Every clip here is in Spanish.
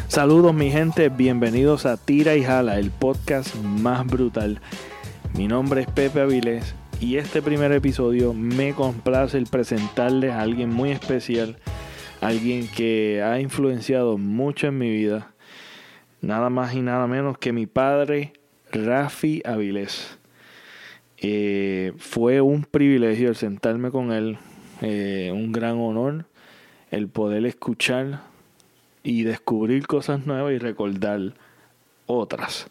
Saludos mi gente, bienvenidos a Tira y Jala, el podcast más brutal. Mi nombre es Pepe Avilés y este primer episodio me complace el presentarles a alguien muy especial, alguien que ha influenciado mucho en mi vida, nada más y nada menos que mi padre, Rafi Avilés. Fue un privilegio el sentarme con él, un gran honor el poder escuchar y descubrir cosas nuevas y recordar otras.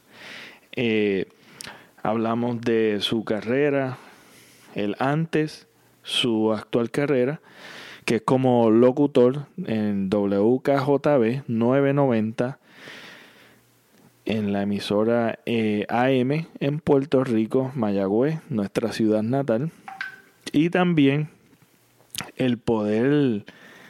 Hablamos de su carrera, el antes, su actual carrera, que es como locutor en WKJB 990 en la emisora AM en Puerto Rico, Mayagüez, nuestra ciudad natal, y también el poder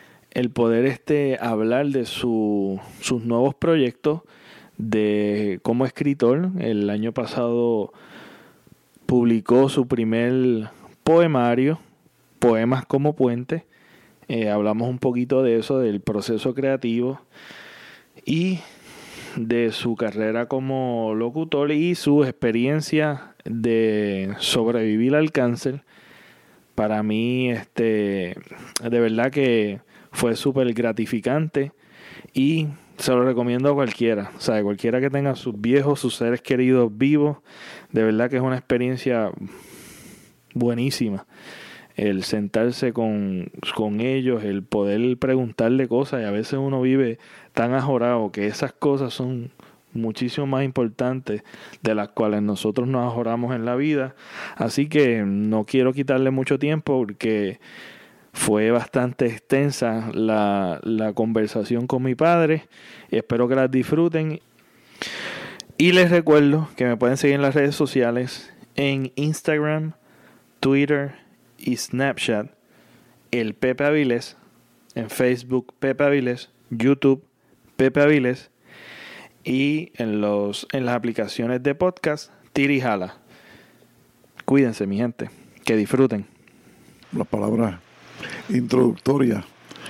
hablar de sus nuevos proyectos de como escritor. El año pasado publicó su primer poemario, Poemas como Puente. Hablamos un poquito de eso, del proceso creativo y de su carrera como locutor y su experiencia de sobrevivir al cáncer. Para mí, de verdad que fue súper gratificante y se lo recomiendo a cualquiera. O sea, cualquiera que tenga sus viejos, sus seres queridos vivos, de verdad que es una experiencia buenísima. El sentarse con ellos, el poder preguntarle cosas, y a veces uno vive tan ajorado que esas cosas son muchísimo más importantes de las cuales nosotros nos ajoramos en la vida. Así que no quiero quitarle mucho tiempo porque fue bastante extensa la conversación con mi padre. Espero que las disfruten. Y les recuerdo que me pueden seguir en las redes sociales, en Instagram, Twitter y Snapchat, el Pepe Avilés, en Facebook Pepe Avilés, YouTube Pepe Avilés y en las aplicaciones de podcast Tira y Jala. Cuídense mi gente, que disfruten. Las palabras introductorias.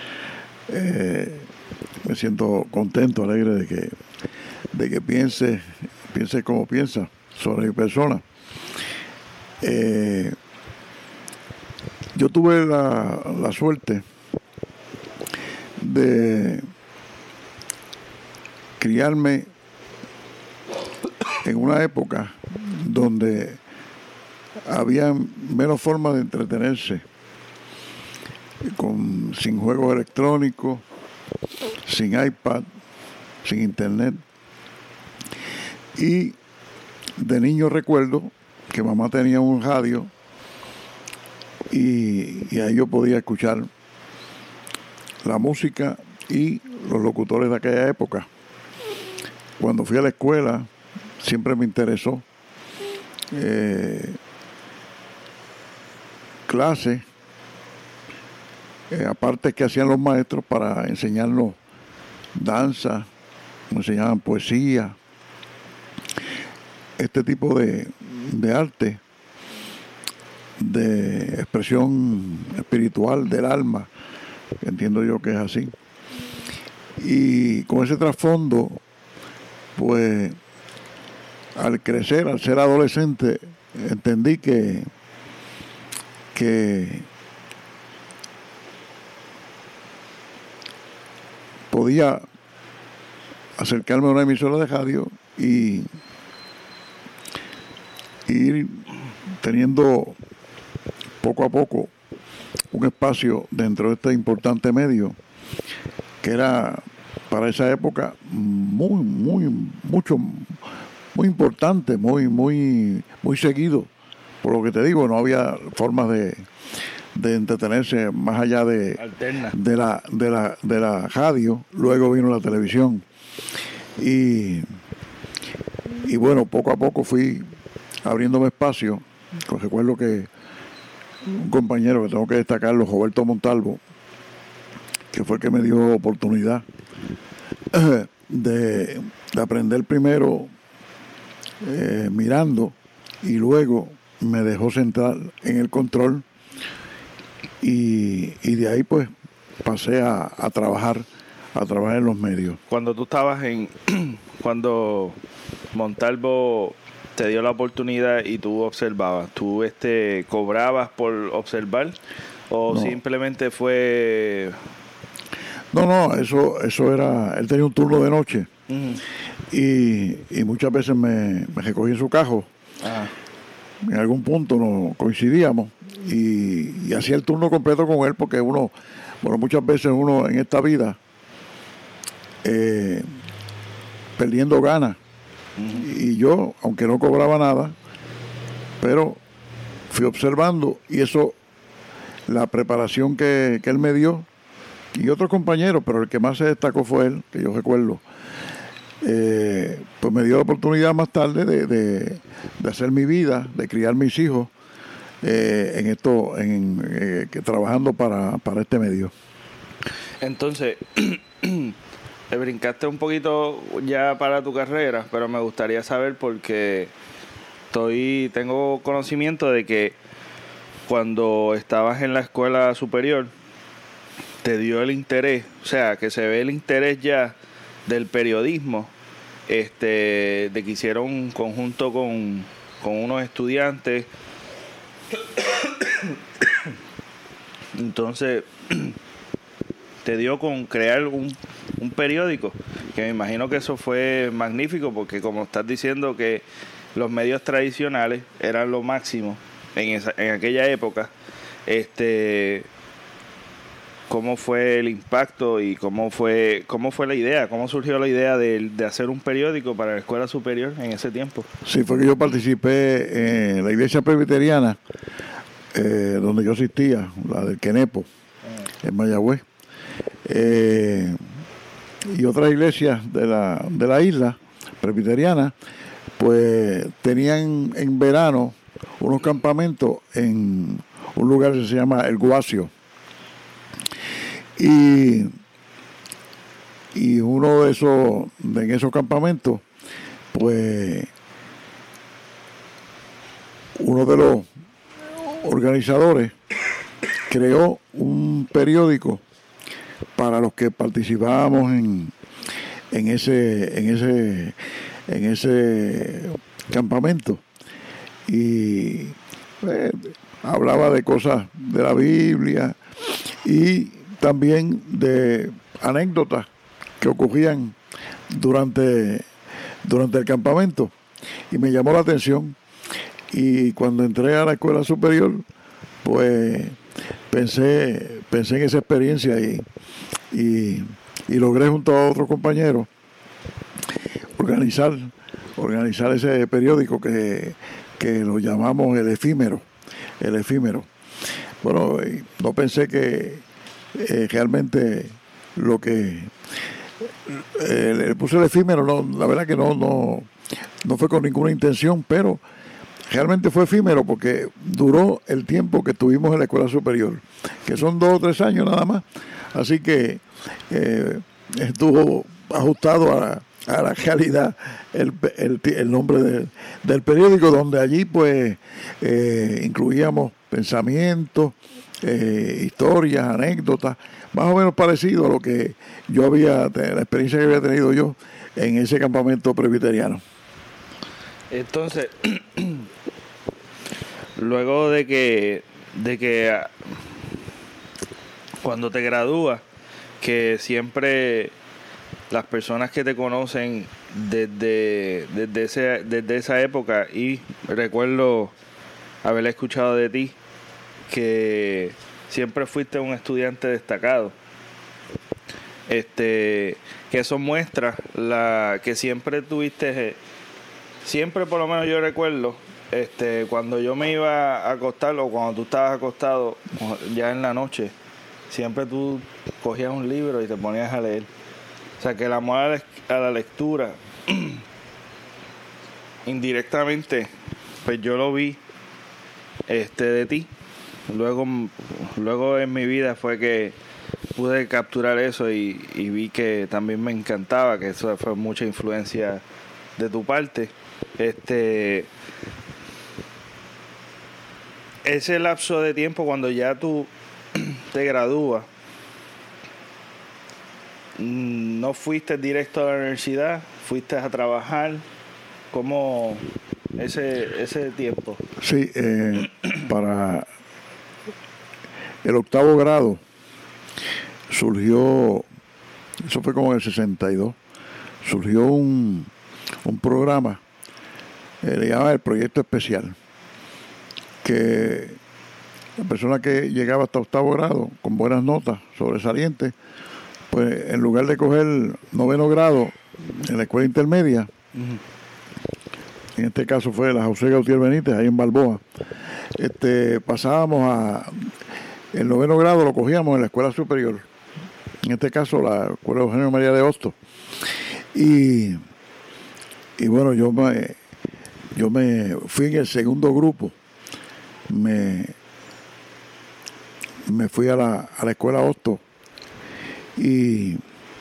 Me siento contento, alegre de que piense como piensa sobre mi persona. Yo tuve la suerte de criarme en una época donde había menos formas de entretenerse, sin juegos electrónicos, sin iPad, sin internet. Y de niño recuerdo que mamá tenía un radio y ahí yo podía escuchar la música y los locutores de aquella época. Cuando fui a la escuela siempre me interesó clases, aparte que hacían los maestros para enseñarnos danza, nos enseñaban poesía, este tipo de arte, de expresión espiritual del alma, entiendo yo que es así. Y con ese trasfondo, pues al crecer, al ser adolescente, entendí que podía acercarme a una emisora de radio y ir teniendo poco a poco un espacio dentro de este importante medio que era para esa época muy importante, muy seguido. Por lo que te digo, no había formas de entretenerse más allá de la radio. Luego vino la televisión y bueno, poco a poco fui abriéndome espacio. Recuerdo que un compañero que tengo que destacarlo, Roberto Montalvo, que fue el que me dio oportunidad de aprender primero mirando y luego me dejó sentar en el control y de ahí pues pasé a trabajar a trabajar en los medios. Cuando tú estabas cuando Montalvo te dio la oportunidad y tú observabas, ¿tú cobrabas por observar o No. simplemente fue...? No, eso era, él tenía un turno de noche y muchas veces me recogí en su carro. Ajá. En algún punto nos coincidíamos y hacía el turno completo con él porque muchas veces uno en esta vida perdiendo ganas. Y yo, aunque no cobraba nada, pero fui observando y eso, la preparación que él me dio y otros compañeros, pero el que más se destacó fue él, que yo recuerdo, pues me dio la oportunidad más tarde de hacer mi vida, de criar mis hijos trabajando para este medio. Entonces, te brincaste un poquito ya para tu carrera, pero me gustaría saber porque tengo conocimiento de que cuando estabas en la escuela superior te dio el interés, o sea, que se ve el interés ya del periodismo, de que hicieron un conjunto con unos estudiantes. Entonces te dio con crear un periódico, que me imagino que eso fue magnífico porque como estás diciendo que los medios tradicionales eran lo máximo en aquella época, ¿cómo fue el impacto y cómo fue la idea? ¿Cómo surgió la idea de hacer un periódico para la escuela superior en ese tiempo? Sí, fue que yo participé en la iglesia presbiteriana donde yo asistía, la del Quenepo, en Mayagüez. Y otras iglesias de la isla presbiteriana, pues tenían en verano unos campamentos en un lugar que se llama El Guacio. Y uno en esos campamentos, pues uno de los organizadores creó un periódico para los que participábamos en ese campamento y hablaba de cosas de la Biblia y también de anécdotas que ocurrían durante el campamento y me llamó la atención y cuando entré a la escuela superior pues pensé en esa experiencia y logré junto a otros compañeros organizar ese periódico que lo llamamos el efímero. Bueno, no pensé que realmente lo que le puse el efímero, la verdad que no fue con ninguna intención, pero realmente fue efímero porque duró el tiempo que estuvimos en la escuela superior, que son 2 o 3 años nada más, así que estuvo ajustado a la realidad el nombre del periódico, donde allí pues incluíamos pensamientos, historias, anécdotas, más o menos parecido a lo que la experiencia que había tenido yo en ese campamento presbiteriano. Entonces, luego de que cuando te gradúas, que siempre las personas que te conocen desde esa época, y recuerdo haber escuchado de ti que siempre fuiste un estudiante destacado, que eso muestra que siempre tuviste, siempre por lo menos yo recuerdo, cuando yo me iba a acostar o cuando tú estabas acostado ya en la noche, siempre tú cogías un libro y te ponías a leer. O sea que el amor a la lectura indirectamente pues yo lo vi de ti. Luego en mi vida fue que pude capturar eso y vi que también me encantaba, que eso fue mucha influencia de tu parte. Ese lapso de tiempo cuando ya tú te gradúas ¿No fuiste directo a la universidad? ¿Fuiste a trabajar? ¿Cómo ese tiempo? Sí, para el 8º grado surgió, eso fue como en el 62, surgió un programa, le llamaban el Proyecto Especial, que la persona que llegaba hasta 8º grado con buenas notas sobresalientes, pues en lugar de coger 9º grado en la escuela intermedia, en este caso fue la José Gautier Benítez, ahí en Balboa, pasábamos el 9º grado lo cogíamos en la escuela superior, en este caso la escuela Eugenio María de Hostos. Y bueno, yo me fui en el segundo grupo, me fui a la escuela Hostos, y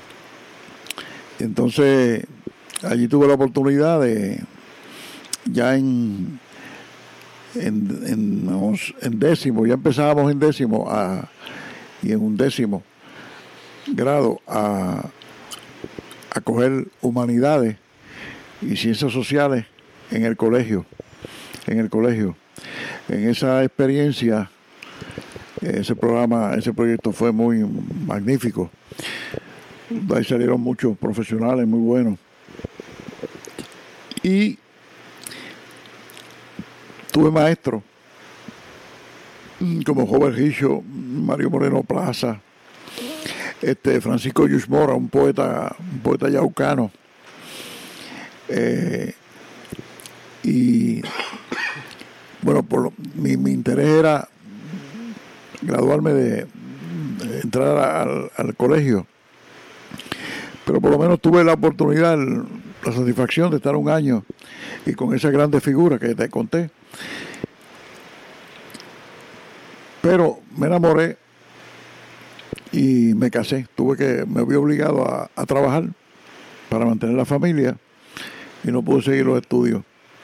entonces allí tuve la oportunidad de, ya en décimo, ya empezábamos en décimo y en 11º grado a coger humanidades y ciencias sociales en el colegio. En esa experiencia, ese proyecto fue muy magnífico. Ahí salieron muchos profesionales muy buenos. Y tuve maestros como Robert Hicho, Mario Moreno Plaza, Francisco Yushmora, un poeta yaucano. Y bueno, mi interés era graduarme de entrar al colegio, pero por lo menos tuve la oportunidad, la satisfacción de estar un año y con esas grandes figuras que te conté. Pero me enamoré y me casé. Me vi obligado a trabajar para mantener la familia y no pude seguir los estudios.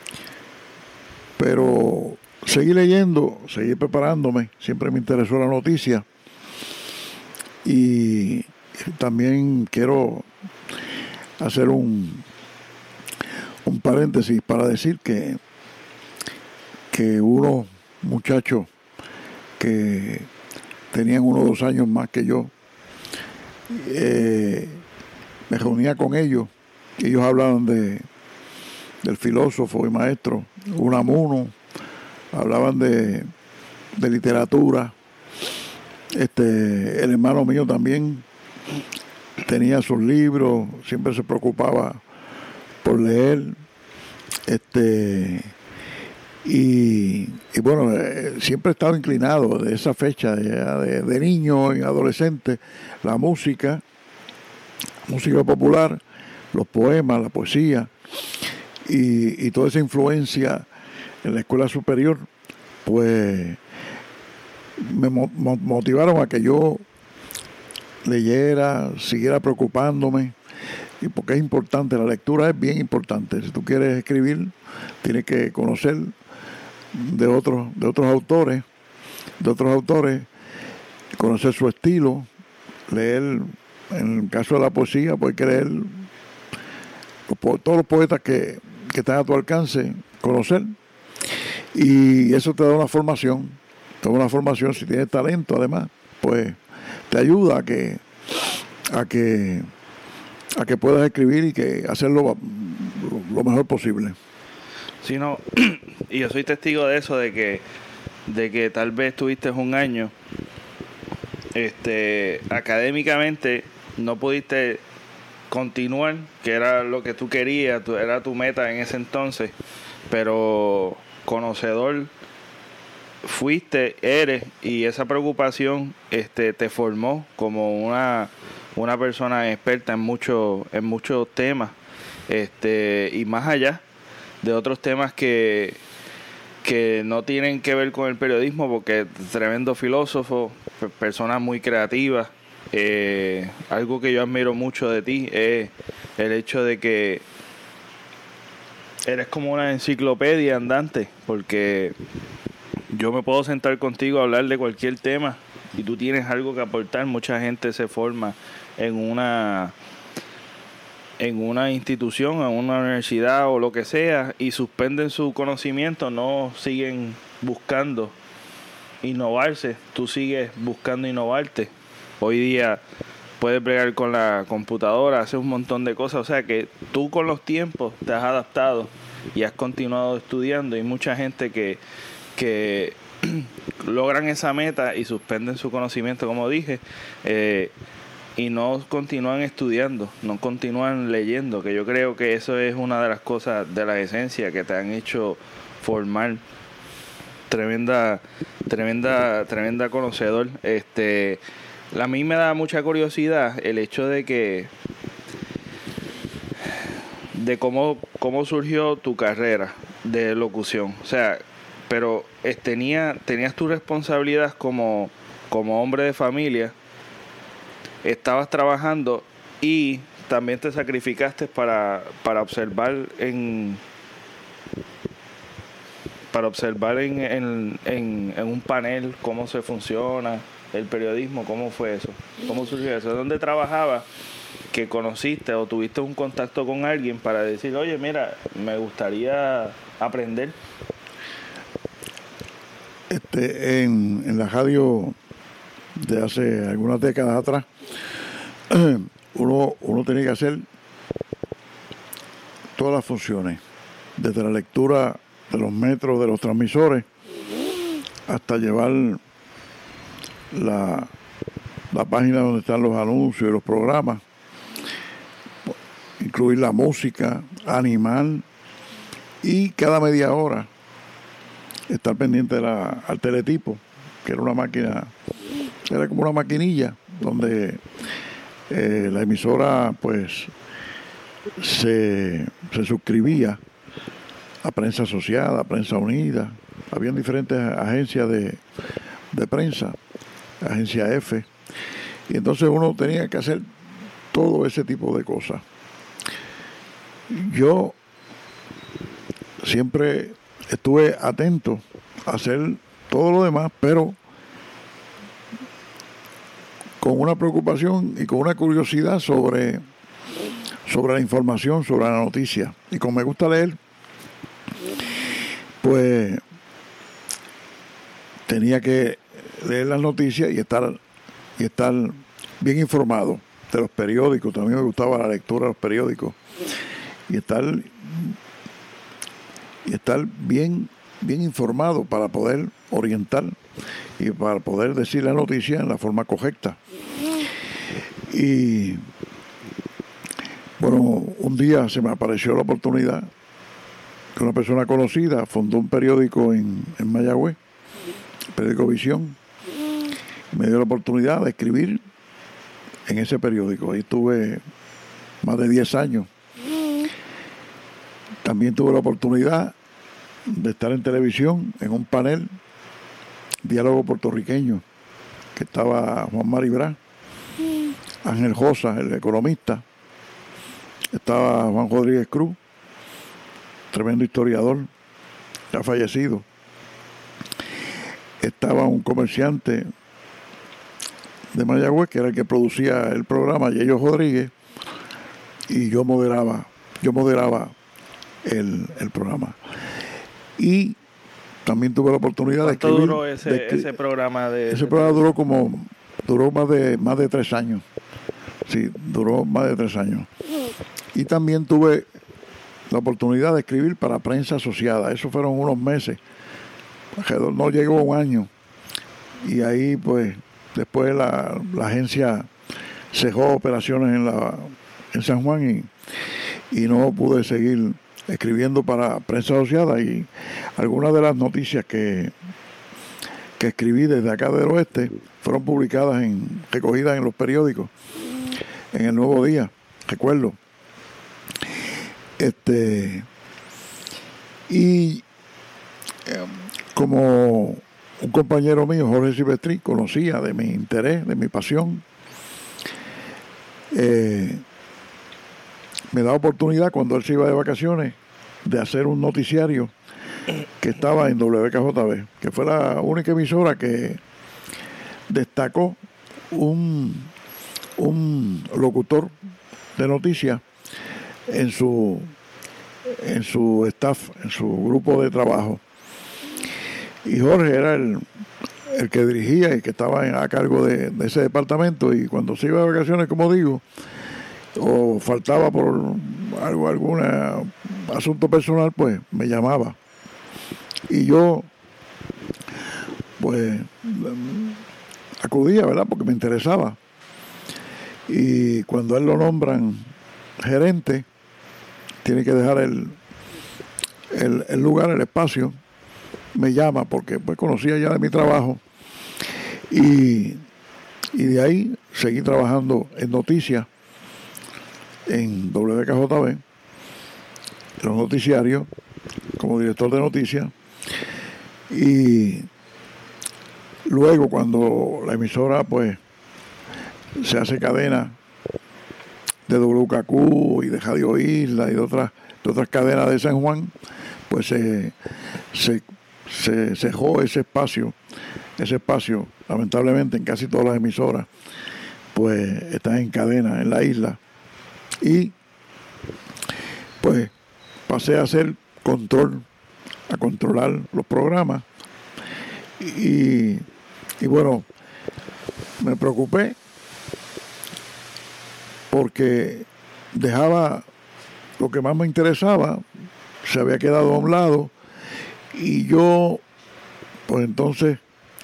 Pero seguí leyendo, seguí preparándome, siempre me interesó la noticia. Y también quiero hacer un paréntesis para decir que unos muchachos que tenían 1 o 2 años más que yo, me reunía con ellos y ellos hablaban del filósofo y maestro Unamuno, hablaban de literatura. El hermano mío también tenía sus libros, siempre se preocupaba por leer, y bueno, siempre he estado inclinado de esa fecha de niño y adolescente, la música popular, los poemas, la poesía y toda esa influencia en la escuela superior, pues me motivaron a que yo leyera, siguiera preocupándome, y porque es importante, la lectura es bien importante. Si tú quieres escribir, tienes que conocer de otros autores, conocer su estilo, leer, en el caso de la poesía, pues hay que leer todos los poetas que están a tu alcance, conocer, y eso te da una formación. Si tienes talento, además, pues te ayuda a que puedas escribir y que hacerlo lo mejor posible. Sí, no, y yo soy testigo de eso, de que tal vez tuviste un año, académicamente no pudiste continuar, que era lo que tú querías, era tu meta en ese entonces, pero conocedor eres, y esa preocupación te formó como una persona experta en muchos temas, y más allá de otros temas que no tienen que ver con el periodismo, porque tremendo filósofo, persona muy creativa. Algo que yo admiro mucho de ti es el hecho de que eres como una enciclopedia andante, porque yo me puedo sentar contigo a hablar de cualquier tema y tú tienes algo que aportar, mucha gente se forma en una institución, en una universidad o lo que sea, y suspenden su conocimiento, no siguen buscando innovarse, tú sigues buscando innovarte. Hoy día puedes bregar con la computadora, hacer un montón de cosas, o sea que tú con los tiempos te has adaptado y has continuado estudiando. Hay mucha gente que logran esa meta y suspenden su conocimiento, como dije, y no continúan estudiando, no continúan leyendo, que yo creo que eso es una de las cosas de la esencia que te han hecho formar. Tremenda conocedor. A mí me da mucha curiosidad el hecho de cómo surgió tu carrera de locución. O sea, pero tenías tu responsabilidad como hombre de familia, estabas trabajando y también te sacrificaste para observar en un panel cómo se funciona el periodismo. ¿Cómo fue eso? ¿Cómo surgió eso? ¿Dónde trabajabas que conociste o tuviste un contacto con alguien para decir, oye, mira, me gustaría aprender? En la radio de hace algunas décadas atrás, uno tenía que hacer todas las funciones, desde la lectura de los metros de los transmisores hasta llevar la página donde están los anuncios y los programas, incluir la música, animar, y cada media hora estar pendiente al teletipo, que era una máquina, era como una maquinilla donde la emisora pues se suscribía a Prensa Asociada, a Prensa Unida. Habían diferentes agencias de prensa, agencia F, y entonces uno tenía que hacer todo ese tipo de cosas. Yo siempre estuve atento a hacer todo lo demás, pero con una preocupación y con una curiosidad sobre la información, sobre la noticia. Y como me gusta leer, pues tenía que leer las noticias y estar bien informado de los periódicos. También me gustaba la lectura de los periódicos y estar bien informado para poder orientar y para poder decir la noticia en la forma correcta. Y bueno, un día se me apareció la oportunidad que una persona conocida fundó un periódico en Mayagüez, el periódico Visión. Me dio la oportunidad de escribir en ese periódico. Ahí estuve más de 10 años. También tuve la oportunidad de estar en televisión en un panel, Diálogo Puertorriqueño, que estaba Juan Maribrá, Ángel Josa, el economista, estaba Juan Rodríguez Cruz, tremendo historiador, ya fallecido, estaba un comerciante de Mayagüez, que era el que producía el programa, Yello Rodríguez, y yo moderaba el programa. Y también tuve la oportunidad de escribir. ¿Cuánto duró ese programa? Ese programa duró más de 3 años. Sí, duró más de 3 años. Y también tuve la oportunidad de escribir para Prensa Asociada. Eso fueron unos meses. No llegó un año. Y ahí, pues, después la agencia cejó operaciones en San Juan y no pude seguir escribiendo para Prensa Asociada, y algunas de las noticias que escribí desde acá del oeste fueron publicadas recogidas en los periódicos, en El Nuevo Día, recuerdo. Como un compañero mío, Jorge Silvestri, conocía de mi interés, de mi pasión, me da oportunidad, cuando él se iba de vacaciones, de hacer un noticiario que estaba en WKJB, que fue la única emisora destacó un locutor de noticias en su staff, en su grupo de trabajo. Y Jorge era el que dirigía y que estaba a cargo de ese departamento, y cuando se iba de vacaciones, como digo, o faltaba por algún asunto personal, pues me llamaba. Y yo, pues, acudía, ¿verdad? Porque me interesaba. Y cuando él lo nombran gerente, tiene que dejar el lugar, el espacio, me llama porque pues conocía ya de mi trabajo, y de ahí seguí trabajando en noticias en WKJB, en los noticiarios, como director de noticias. Y luego, cuando la emisora pues se hace cadena de WKQ y de Radio Isla y de otras cadenas de San Juan, pues se cejó ese espacio, lamentablemente en casi todas las emisoras, pues están en cadena en la isla. Y pues pasé a hacer a controlar los programas, y bueno, me preocupé porque dejaba lo que más me interesaba, se había quedado a un lado, y yo pues entonces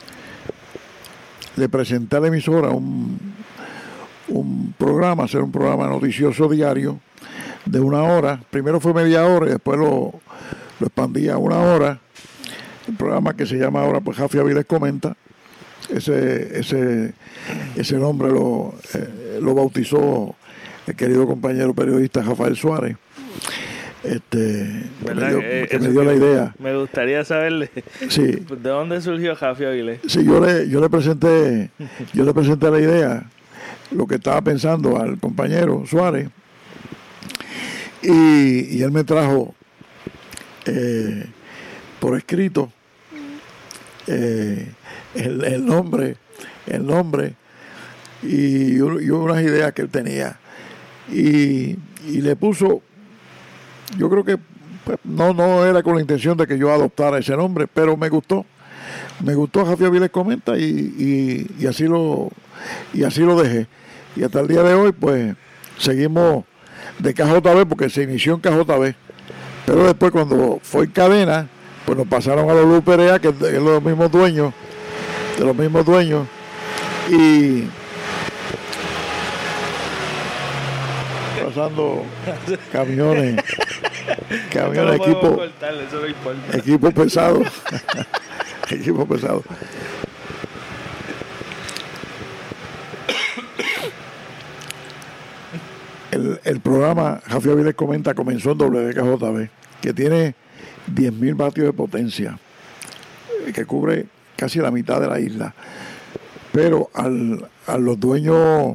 le presenté a la emisora un programa, hacer un programa noticioso diario de 1 hora. Primero fue media hora y después lo expandí a 1 hora. El programa que se llama ahora pues Jafi Avilés Comenta. Ese nombre lo bautizó el querido compañero periodista Rafael Suárez. Que me dio la idea. Me gustaría saberle, sí, ¿de dónde surgió Jafi Avilés? Sí, yo le presenté la idea, lo que estaba pensando al compañero Suárez, y él me trajo por escrito el nombre y unas ideas que él tenía, y le puso. Yo creo que pues, no era con la intención de que yo adoptara ese nombre, pero me gustó Jafi Avilés Comenta, y así lo dejé. Y hasta el día de hoy pues seguimos de KJB, porque se inició en KJB, pero después, cuando fue en cadena, pues nos pasaron a los Perea, que es de los mismos dueños, y pasando camiones, equipo pesado. Equipo pesado. El programa Jafi Avilés Comenta comenzó en WKJB, que tiene 10.000 vatios de potencia, que cubre casi la mitad de la isla. Pero a los dueños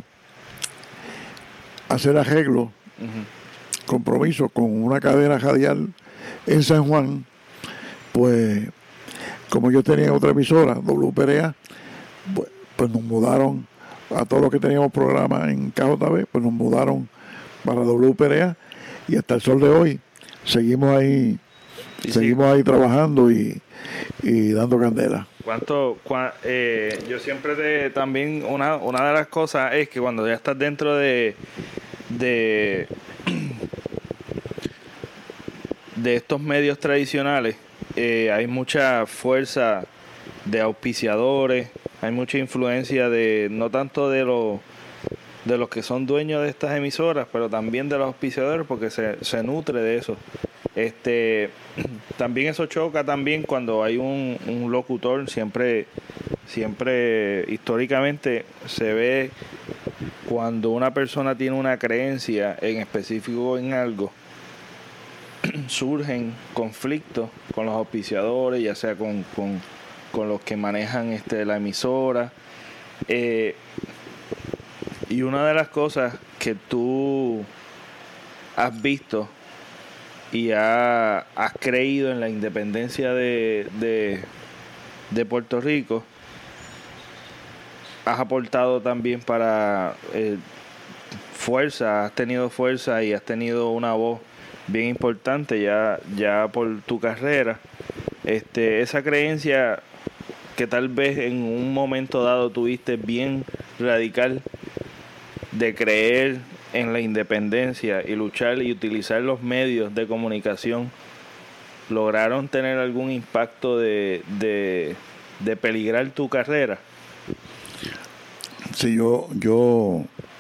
hacer arreglos, compromiso con una cadena radial en San Juan, pues como yo tenía otra emisora, WPRA, pues nos mudaron a todos los que teníamos programas en KJB, pues nos mudaron para WPRA, y hasta el sol de hoy seguimos ahí trabajando y dando candela. Yo siempre también una de las cosas es que cuando ya estás dentro de estos medios tradicionales, hay mucha fuerza de auspiciadores, hay mucha influencia no tanto de los que son dueños de estas emisoras, pero también de los auspiciadores, porque se nutre de eso. También eso choca también cuando hay un locutor. Siempre históricamente se ve cuando una persona tiene una creencia en específico en algo, surgen conflictos con los auspiciadores, ya sea con los que manejan la emisora. Y una de las cosas que tú has visto y has creído en la independencia de Puerto Rico has aportado también para fuerza, has tenido fuerza y has tenido una voz bien importante ya por tu carrera. Esa creencia que tal vez en un momento dado tuviste bien radical de creer en la independencia y luchar y utilizar los medios de comunicación, ¿lograron tener algún impacto de peligrar tu carrera? Sí, yo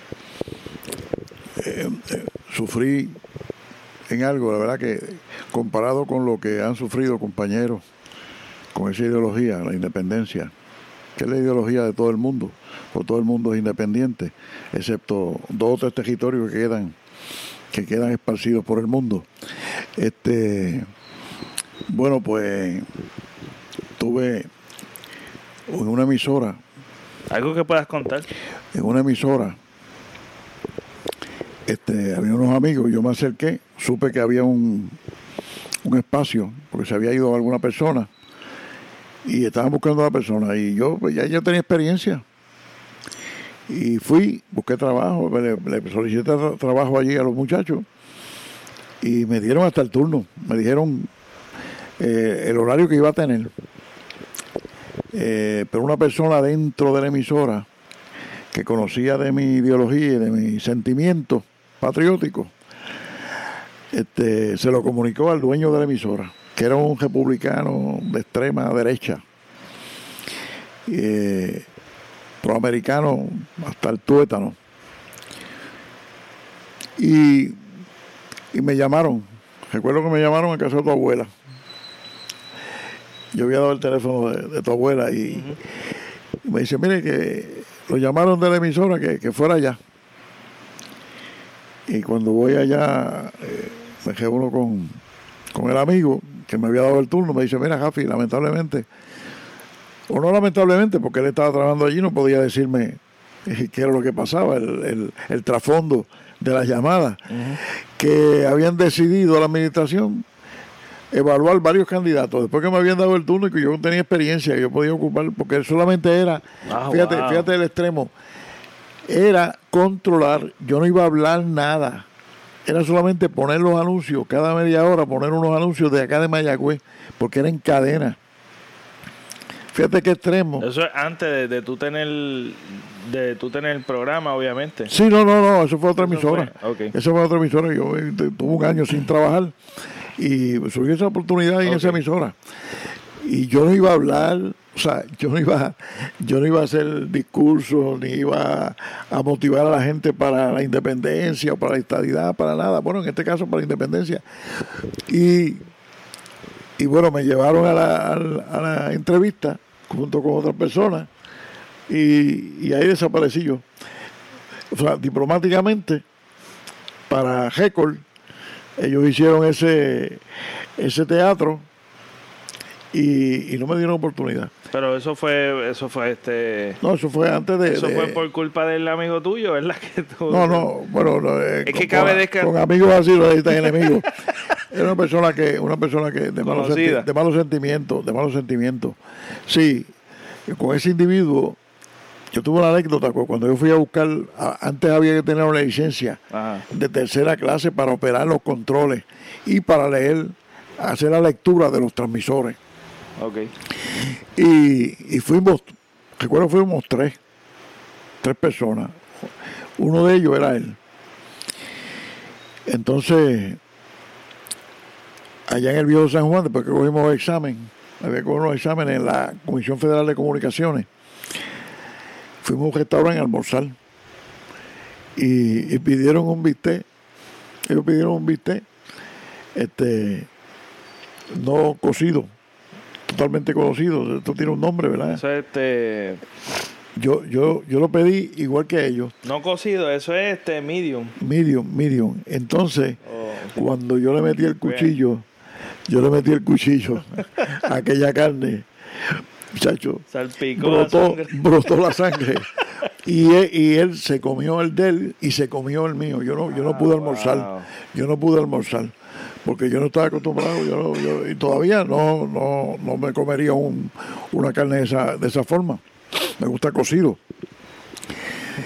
sufrí en algo, la verdad que comparado con lo que han sufrido compañeros con esa ideología, la independencia, que es la ideología de todo el mundo, porque todo el mundo es independiente, excepto 2 o 3 territorios que quedan esparcidos por el mundo. Bueno, pues tuve en una emisora. ¿Algo que puedas contar? En una emisora, había unos amigos, yo me acerqué, supe que había un espacio, porque se había ido alguna persona, y estaban buscando a la persona, y yo pues ya tenía experiencia. Y fui, busqué trabajo, le solicité trabajo allí a los muchachos, y me dieron hasta el turno, me dijeron el horario que iba a tener. Pero una persona dentro de la emisora que conocía de mi ideología y de mis sentimientos patrióticos, se lo comunicó al dueño de la emisora, que era un republicano de extrema derecha, proamericano hasta el tuétano. Y me llamaron, recuerdo que me llamaron a casa de tu abuela. Yo había dado el teléfono de tu abuela y me dice, mire que lo llamaron de la emisora que fuera allá. Y cuando voy allá, me reúno con el amigo que me había dado el turno, me dice, mira, Jafi, lamentablemente, o no lamentablemente, porque él estaba trabajando allí, no podía decirme qué era lo que pasaba, el trasfondo de las llamadas, que habían decidido la administración evaluar varios candidatos, después que me habían dado el turno y que yo tenía experiencia, que yo podía ocupar, porque solamente era, fíjate el extremo, era controlar, yo no iba a hablar nada, era solamente poner los anuncios, cada media hora poner unos anuncios de acá de Mayagüez, porque era en cadena. Fíjate qué extremo. Eso es antes de tú tener el programa, obviamente. Sí, no, eso fue otra emisora. Okay. Eso fue otra emisora, yo tuve un año sin trabajar y surgió esa oportunidad en esa emisora. Y yo no iba a hablar, o sea, yo no iba a hacer discursos, ni iba a motivar a la gente para la independencia o para la estadidad, para nada. Bueno, en este caso para la independencia. Y bueno, me llevaron a la entrevista junto con otras personas y ahí desaparecí yo. O sea, diplomáticamente, para Record, ellos hicieron ese teatro y no me dieron oportunidad. Pero eso fue No, eso fue antes de... Eso fue por culpa del amigo tuyo, ¿verdad? Que tú... No, bueno, es que cabe descartar. Con amigos así lo necesitan enemigos. Era una persona que de malos sentimientos. Sí, con ese individuo, yo tuve una anécdota, cuando yo fui a buscar, antes había que tener una licencia de tercera clase para operar los controles y para hacer la lectura de los transmisores. Okay. Y fuimos tres personas. Uno de ellos era él. Entonces, allá en el viejo San Juan, después que cogimos había cogido unos exámenes en la Comisión Federal de Comunicaciones, fuimos a un restaurante a almorzar y pidieron un bistec. Ellos pidieron un bistec no cocido, totalmente cocido. Esto tiene un nombre, ¿verdad? Eso es Yo lo pedí igual que ellos. No cocido, eso es medium. Medium. Entonces, cuando yo le metí el cuchillo a aquella carne, muchacho, salpicó brotó la sangre. Y él se comió el de él y se comió el mío. Yo no pude almorzar. Wow. Yo no pude almorzar porque yo no estaba acostumbrado. Y todavía no me comería una carne de esa forma. Me gusta cocido.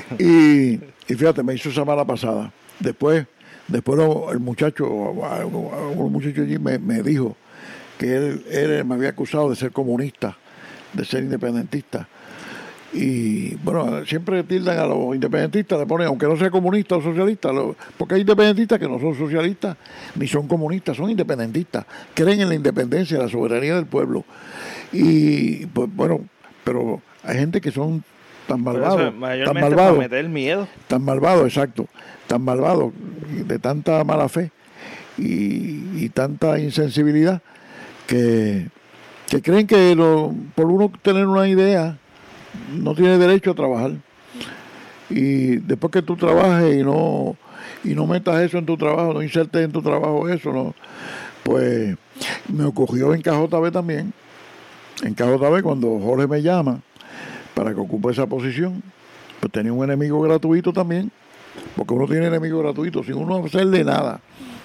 Y fíjate, me hizo esa mala pasada. Después el muchacho, un muchacho allí me dijo que él me había acusado de ser comunista, de ser independentista. Y bueno, siempre tildan a los independentistas, le ponen, aunque no sea comunista o socialista, porque hay independentistas que no son socialistas ni son comunistas, son independentistas, creen en la independencia, en la soberanía del pueblo. Y pues bueno, pero hay gente que son tan malvados, para meter miedo. Tan malvados, exacto, tan malvados, de tanta mala fe y tanta insensibilidad que creen que por uno tener una idea no tiene derecho a trabajar. Y después que tú trabajes y no metas eso en tu trabajo, no insertes en tu trabajo eso, no, pues me ocurrió en KJB también. En KJB, cuando Jorge me llama para que ocupe esa posición, pues tenía un enemigo gratuito también, porque uno tiene enemigos gratuitos sin uno hacerle nada.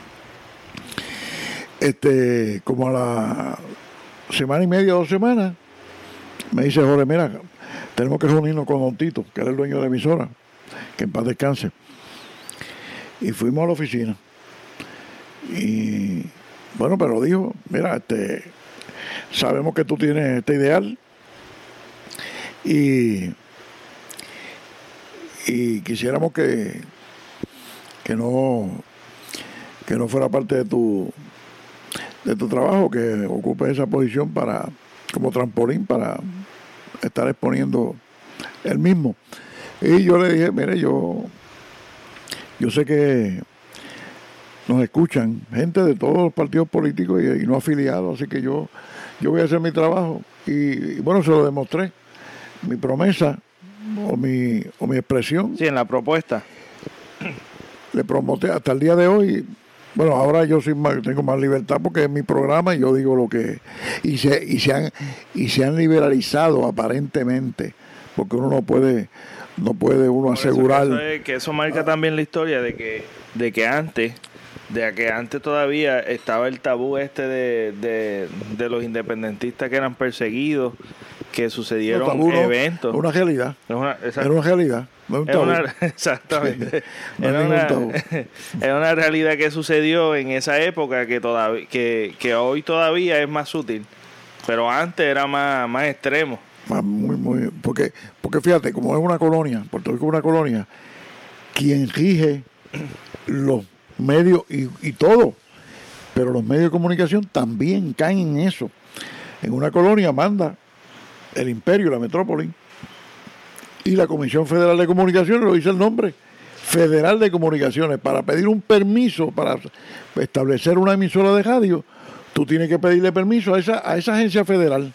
Como a la semana y media, 2 semanas, me dice Jorge, mira, tenemos que reunirnos con Don Tito, que era el dueño de la emisora, que en paz descanse. Y fuimos a la oficina. Y bueno, pero dijo, mira, sabemos que tú tienes este ideal y quisiéramos que no fuera parte de tu trabajo, que ocupes esa posición como trampolín para estar exponiendo el mismo. Y yo le dije, mire, yo sé que nos escuchan gente de todos los partidos políticos y no afiliados, así que yo voy a hacer mi trabajo. Y bueno, se lo demostré. Mi promesa o mi expresión. Sí, en la propuesta. Le promoté hasta el día de hoy. Bueno, ahora yo tengo más libertad porque es mi programa y yo digo lo que... Y se han liberalizado aparentemente, porque uno no puede uno asegurar... Eso marca también la historia de que antes todavía estaba el tabú de los independentistas que eran perseguidos, que sucedieron eventos. Una realidad. Era una realidad. No es un tabú. Exactamente. Era una realidad que sucedió en esa época que hoy todavía es más sutil, pero antes era más extremo. Muy, porque fíjate, como es una colonia, Puerto Rico es una colonia, quien rige los medios y todo, pero los medios de comunicación también caen en eso. En una colonia manda el imperio, la metrópoli, y la Comisión Federal de Comunicaciones, lo dice el nombre, Federal de Comunicaciones, para pedir un permiso para establecer una emisora de radio, tú tienes que pedirle permiso a esa agencia federal.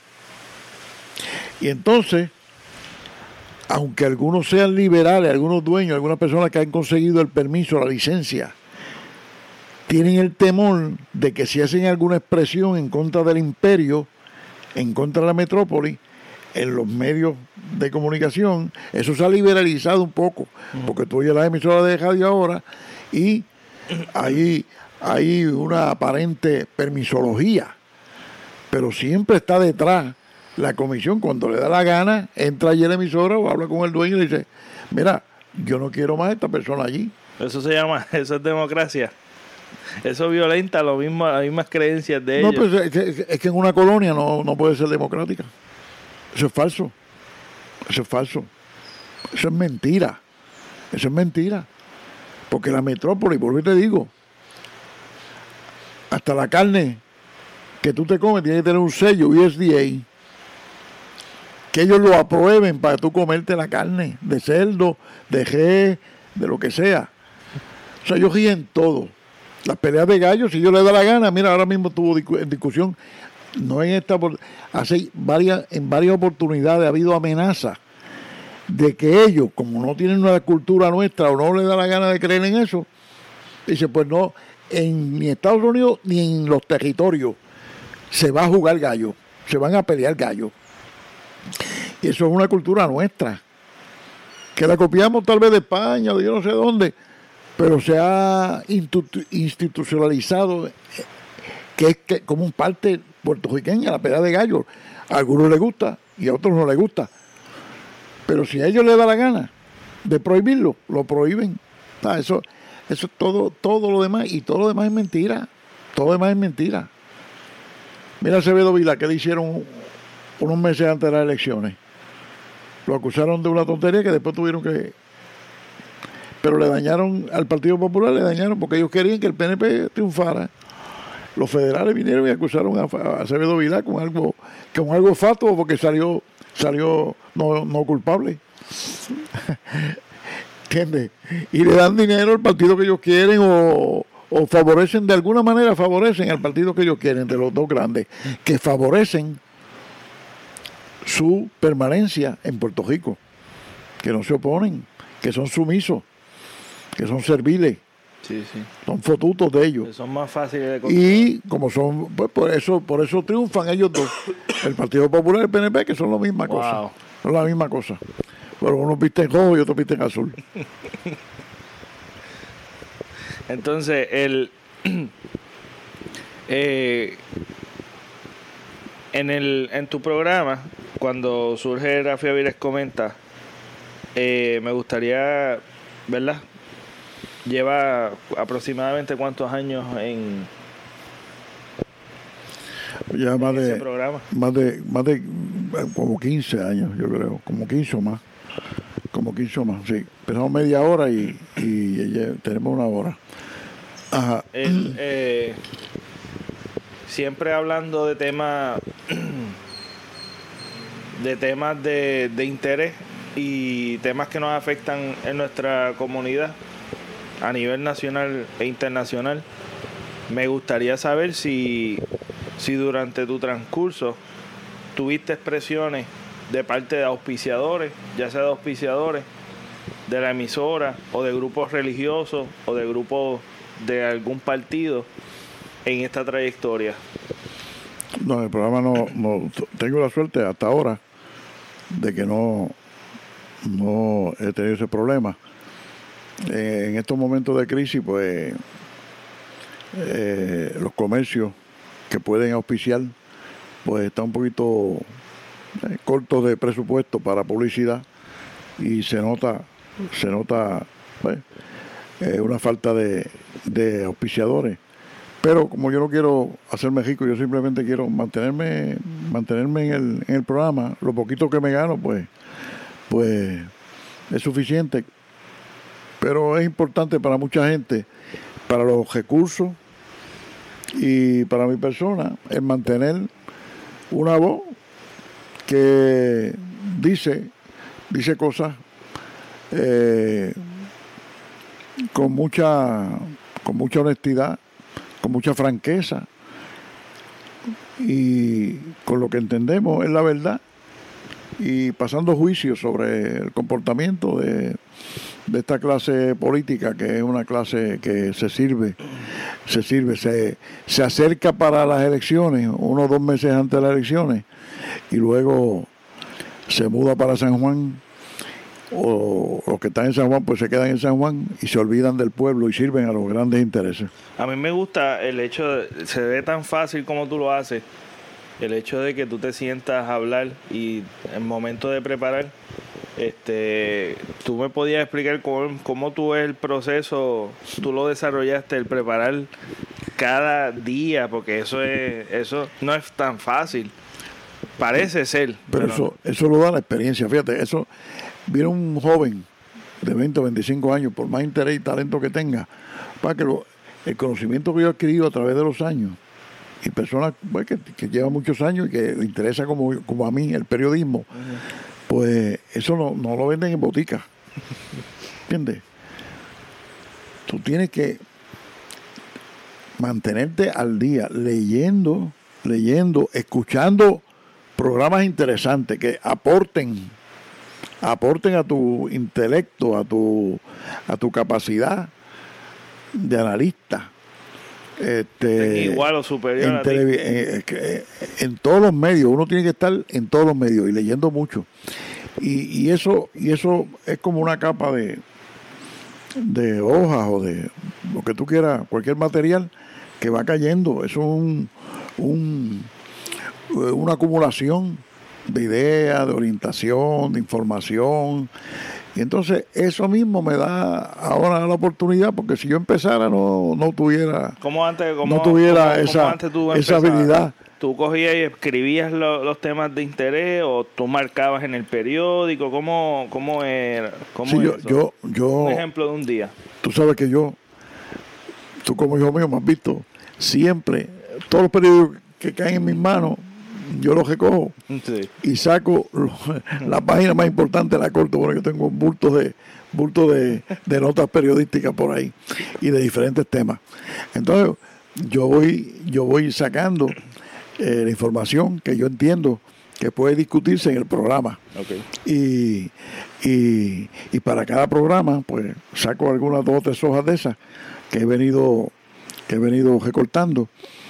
Y entonces, aunque algunos sean liberales, algunos dueños, algunas personas que han conseguido el permiso, la licencia, tienen el temor de que si hacen alguna expresión en contra del imperio, en contra de la metrópoli, en los medios de comunicación, eso se ha liberalizado un poco, porque tú oyes las emisoras de radio ahora y hay una aparente permisología, pero siempre está detrás la comisión. Cuando le da la gana, entra allí a la emisora o habla con el dueño y dice, mira, yo no quiero más a esta persona allí. Eso es democracia. Eso violenta las mismas creencias de ellos. No, pues es que en una colonia no puede ser democrática. Eso es falso. Eso es mentira. Porque la metrópoli, por lo que te digo, hasta la carne que tú te comes tiene que tener un sello USDA, que ellos lo aprueben para tú comerte la carne de cerdo, de res, de lo que sea. O sea, ellos ríen todo. Las peleas de gallos, si yo le da la gana, mira, ahora mismo estuvo en discusión, no en esta, en varias oportunidades ha habido amenazas de que ellos, como no tienen una cultura nuestra o no les da la gana de creer en eso, dice, pues no, ni en Estados Unidos ni en los territorios se va a jugar gallo, se van a pelear gallo. Y eso es una cultura nuestra, que la copiamos tal vez de España o de yo no sé dónde, pero se ha institucionalizado, que es como un parte puertorriqueña, la pelea de gallo. A algunos les gusta y a otros no les gusta. Pero si a ellos les da la gana, de prohibirlo, lo prohíben. Eso es todo lo demás, y todo lo demás es mentira. Todo lo demás es mentira. Mira a Acevedo Vilá, que le hicieron unos meses antes de las elecciones. Lo acusaron de una tontería que después tuvieron que... Pero le dañaron al Partido Popular, le dañaron porque ellos querían que el PNP triunfara. Los federales vinieron y acusaron a Acevedo Vilá con algo fatuo porque salió no culpable. ¿Entiendes? Y le dan dinero al partido que ellos quieren o favorecen, de alguna manera favorecen al partido que ellos quieren, de los dos grandes, que favorecen su permanencia en Puerto Rico, que no se oponen, que son sumisos, que son serviles. Sí. Son fotutos de ellos. Que son más fáciles de controlar. Y como son, pues por eso triunfan ellos dos. El Partido Popular y el PNP, que son la misma cosa. Son la misma cosa. Pero unos visten rojo y otros visten azul. Entonces, en tu programa, cuando surge Rafi Avilés Comenta, me gustaría, ¿verdad? Lleva aproximadamente cuántos años en ya ese programa. Más de como 15 años, yo creo, como 15 o más. Sí. Empezamos media hora y ya tenemos una hora. Ajá. Siempre hablando de temas de interés y temas que nos afectan en nuestra comunidad a nivel nacional e internacional. Me gustaría saber si durante tu transcurso tuviste expresiones de parte de auspiciadores, ya sea de auspiciadores de la emisora o de grupos religiosos o de grupos de algún partido en esta trayectoria. No, el programa no tengo la suerte hasta ahora de que no he tenido ese problema. En estos momentos de crisis, pues los comercios que pueden auspiciar, pues están un poquito cortos de presupuesto para publicidad y se nota pues, una falta de auspiciadores. Pero como yo no quiero hacerme rico, yo simplemente quiero mantenerme en el programa. Lo poquito que me gano, pues es suficiente. Pero es importante para mucha gente, para los recursos y para mi persona, es mantener una voz que dice cosas con mucha honestidad, con mucha franqueza y con lo que entendemos es la verdad, y pasando juicios sobre el comportamiento de esta clase política, que es una clase que se acerca para las elecciones, 1 o 2 meses antes de las elecciones, y luego se muda para San Juan, o los que están en San Juan pues se quedan en San Juan y se olvidan del pueblo y sirven a los grandes intereses. A mí me gusta el hecho se ve tan fácil como tú lo haces, el hecho de que tú te sientas a hablar y en momento de preparar, tú me podías explicar cómo tú ves el proceso, tú lo desarrollaste, el preparar cada día, porque eso no es tan fácil, parece ser. Pero eso lo da la experiencia, fíjate, eso viene un joven de 20 o 25 años, por más interés y talento que tenga, para que el conocimiento que yo he adquirido a través de los años, y personas pues, que llevan muchos años y que le interesa como a mí el periodismo, pues eso no lo venden en botica. ¿Entiendes? Tú tienes que mantenerte al día, leyendo, escuchando programas interesantes que aporten a tu intelecto, a tu capacidad de analista. Igual o superior a ti. En todos los medios, uno tiene que estar en todos los medios y leyendo mucho. Y eso es como una capa de hojas o de lo que tú quieras, cualquier material que va cayendo. Eso es una acumulación de ideas, de orientación, de información, Y entonces eso mismo me da ahora la oportunidad, porque si yo empezara no tuviera, esa habilidad. ¿Tú cogías y escribías los temas de interés o tú marcabas en el periódico? ¿Cómo era? Sí, yo un ejemplo de un día. Tú sabes que tú como hijo mío me has visto, siempre, todos los periódicos que caen en mis manos, yo los recojo y saco la página más importante, la corto, porque tengo un bulto de notas periodísticas por ahí y de diferentes temas. Entonces, yo voy sacando la información que yo entiendo que puede discutirse en el programa. Okay. Y para cada programa, pues saco algunas 2 o 3 hojas de esas que he venido recortando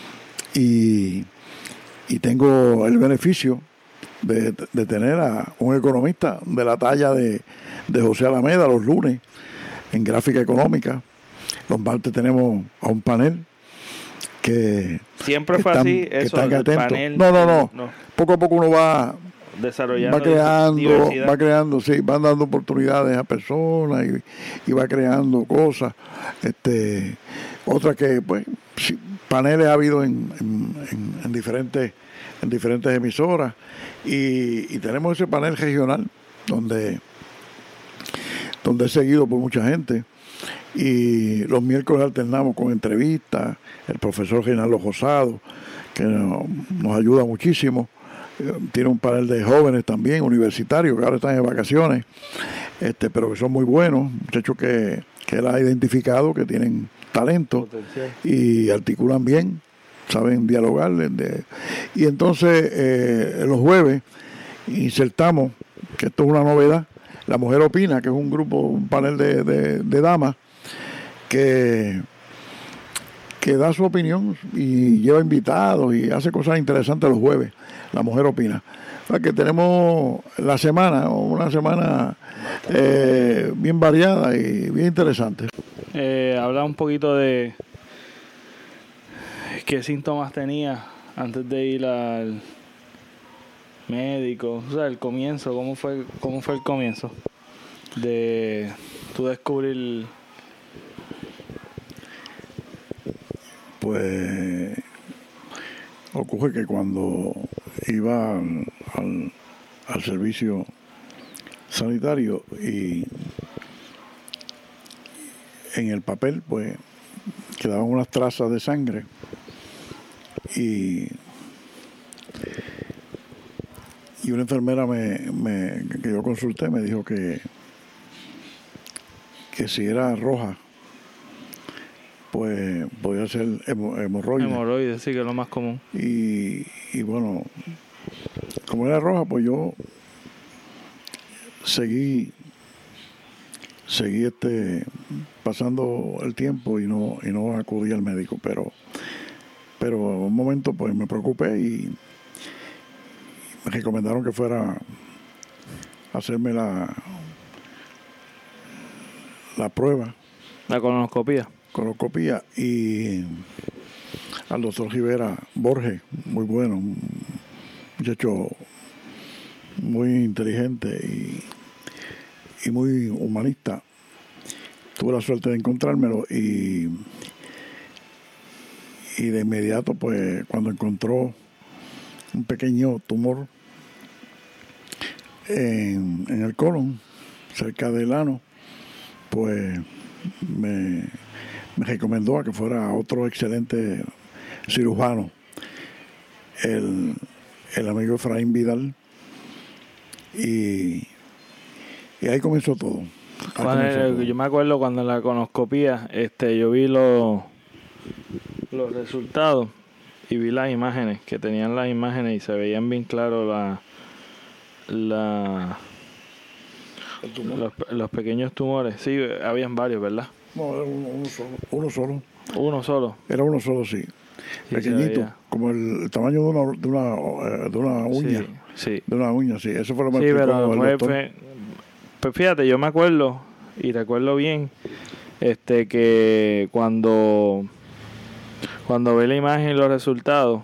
y tengo el beneficio de tener a un economista de la talla de José Alameda los lunes en Gráfica Económica. Los martes tenemos a un panel que siempre fue así, eso del panel. No. Poco a poco uno va desarrollando, va creando, sí, van dando oportunidades a personas y va creando cosas. Otras que, pues, sí, paneles ha habido en diferentes emisoras y tenemos ese panel regional donde es seguido por mucha gente. Y los miércoles alternamos con entrevistas, el profesor Reinaldo Rosado, que nos ayuda muchísimo. Tiene un panel de jóvenes también, universitarios, que ahora están en vacaciones, pero que son muy buenos, muchachos que él ha identificado, que tienen talento y articulan bien, saben dialogar. Y entonces los jueves insertamos, que esto es una novedad, La Mujer Opina, que es un panel de damas, que da su opinión y lleva invitados y hace cosas interesantes los jueves. La Mujer Opina. O sea que tenemos una semana bien variada y bien interesante. Habla un poquito de qué síntomas tenía antes de ir al médico, o sea, el comienzo, cómo fue el comienzo de tú descubrir. Pues ocurre que cuando iba al servicio sanitario y en el papel pues quedaban unas trazas de sangre y una enfermera que yo consulté me dijo que si era roja pues podía ser hemorroides. Hemorroides, sí, que es lo más común. Y bueno, como era roja, pues yo seguí pasando el tiempo y no acudí al médico, pero en un momento pues me preocupé y me recomendaron que fuera a hacerme la prueba. La colonoscopía, y al doctor Rivera Borges, muy bueno, un muchacho muy inteligente y muy humanista. Tuve la suerte de encontrármelo y de inmediato, pues, cuando encontró un pequeño tumor en el colon, cerca del ano, pues me recomendó a que fuera otro excelente cirujano, el amigo Efraín Vidal, y ahí comenzó todo. Yo me acuerdo cuando en la colonoscopía yo vi los resultados y vi las imágenes, que tenían las imágenes y se veían bien claros los pequeños tumores. Sí, habían varios, ¿verdad? No, era uno solo. ¿Uno solo? Era uno solo, sí. Pequeñito, como el tamaño de una uña. Sí. De una uña, sí. Eso fue lo más pues fíjate, yo me acuerdo y recuerdo bien que cuando vi la imagen y los resultados,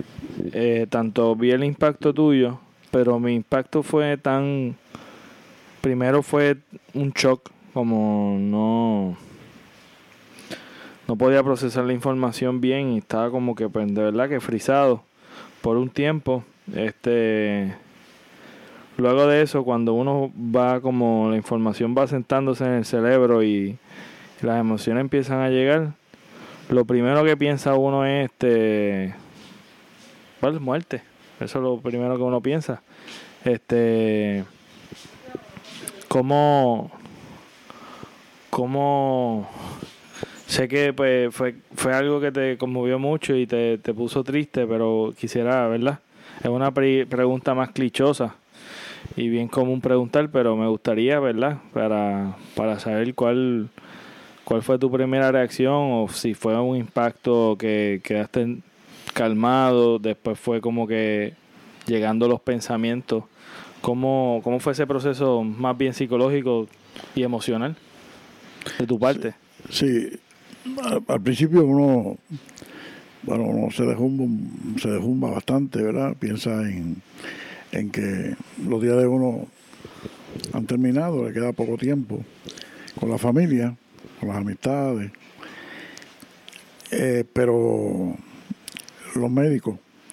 tanto vi el impacto tuyo, pero mi impacto fue tan primero fue un shock, como no podía procesar la información bien y estaba como que, pues, de verdad que frisado por un tiempo. Luego de eso, cuando uno va, como la información va sentándose en el cerebro y las emociones empiezan a llegar, lo primero que piensa uno es ¿cuál? Muerte. Eso es lo primero que uno piensa. ¿Cómo sé que, pues, fue algo que te conmovió mucho y te puso triste, pero quisiera, ¿verdad? Es una pregunta más clichosa y bien común preguntar, pero me gustaría, ¿verdad? Para saber cuál fue tu primera reacción, o si fue un impacto que quedaste calmado, después fue como que llegando los pensamientos. ¿Cómo fue ese proceso más bien psicológico y emocional de tu parte? Sí, al principio uno se dejumba bastante, ¿verdad? Piensa en que los días de uno han terminado, le queda poco tiempo con la familia, con las amistades, pero los médicos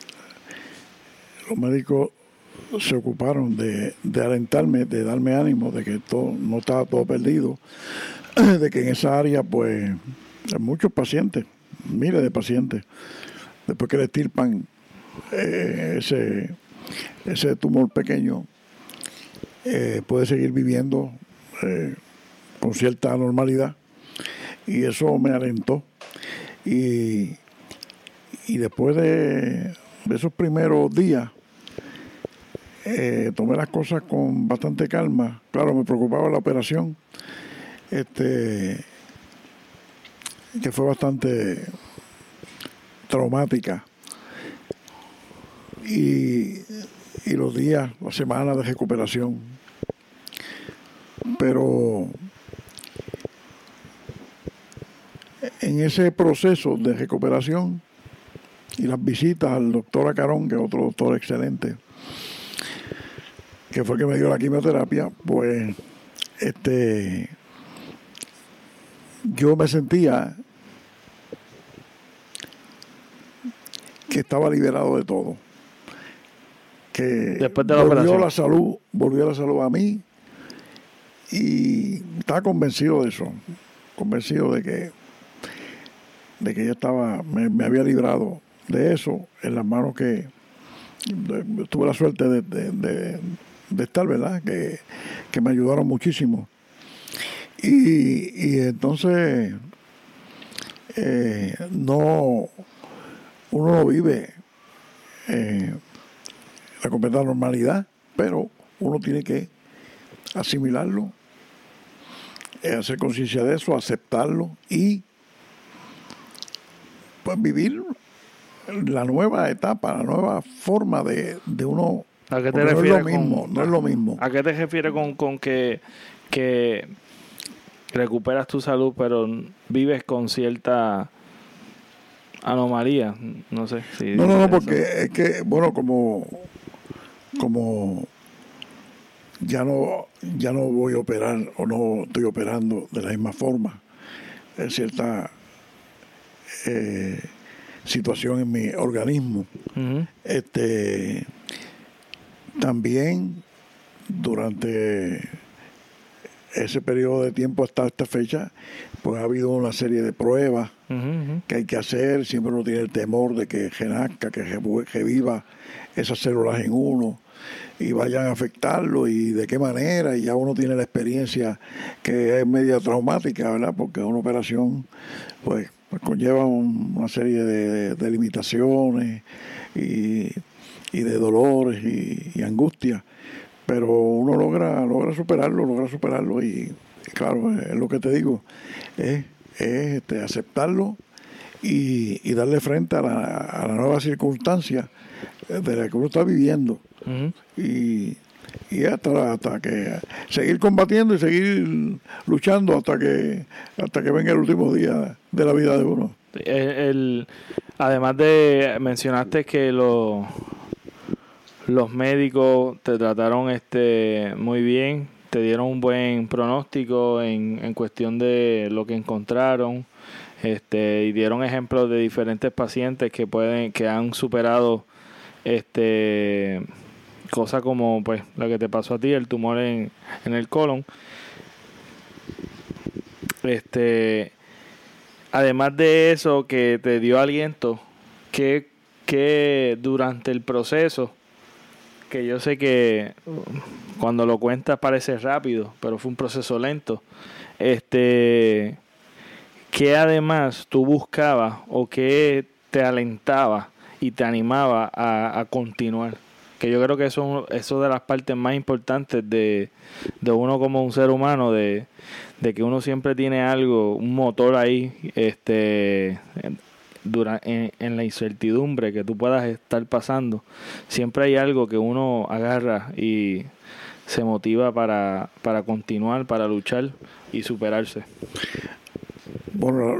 se ocuparon de alentarme, de darme ánimo, de que no estaba todo perdido, de que en esa área, pues, hay muchos pacientes, miles de pacientes, después que le estirpan ese tumor pequeño, puede seguir viviendo con cierta normalidad, y eso me alentó. Y después de esos primeros días, tomé las cosas con bastante calma. Claro, me preocupaba la operación, que fue bastante traumática. Y los días, las semanas de recuperación. Pero en ese proceso de recuperación y las visitas al doctor Acarón, que es otro doctor excelente, que fue el que me dio la quimioterapia, pues yo me sentía que estaba liberado de todo, que después de la operación volvió la salud a mí, y estaba convencido de eso, convencido de que yo me había librado de eso en las manos que tuve la suerte de estar, ¿verdad? Que me ayudaron muchísimo. Y entonces uno no vive la completa normalidad, pero uno tiene que asimilarlo, hacer conciencia de eso, aceptarlo y, pues, vivir la nueva etapa, la nueva forma de uno. ¿A qué te refieres? No es lo mismo. ¿A qué te refieres con que recuperas tu salud, pero vives con cierta anomalía? No sé si... No, porque es que, bueno, como ya no voy a operar, o no estoy operando de la misma forma, en cierta situación en mi organismo. Uh-huh. También durante ese periodo de tiempo hasta esta fecha, pues ha habido una serie de pruebas que hay que hacer. Siempre uno tiene el temor de que renazca, que reviva esas células en uno y vayan a afectarlo, y de qué manera, y ya uno tiene la experiencia, que es media traumática, ¿verdad? Porque una operación pues conlleva una serie de limitaciones y de dolores y angustia, pero uno logra superarlo, y claro, es lo que te digo, es aceptarlo y darle frente a la nueva circunstancia de la que uno está viviendo. Uh-huh. Y hasta que seguir combatiendo y seguir luchando hasta que venga el último día de la vida de uno. Además de, mencionaste que los médicos te trataron muy bien, te dieron un buen pronóstico en cuestión de lo que encontraron, y dieron ejemplos de diferentes pacientes que han superado cosas como pues la que te pasó a ti, el tumor en el colon. Además de eso, que te dio aliento, que durante el proceso, que yo sé que cuando lo cuentas parece rápido, pero fue un proceso lento, que además tú buscabas o que te alentaba y te animaba a continuar. Que yo creo que eso es de las partes más importantes de uno como un ser humano, de que uno siempre tiene algo, un motor ahí, en la incertidumbre que tú puedas estar pasando. Siempre hay algo que uno agarra y se motiva para continuar, para luchar y superarse. Bueno,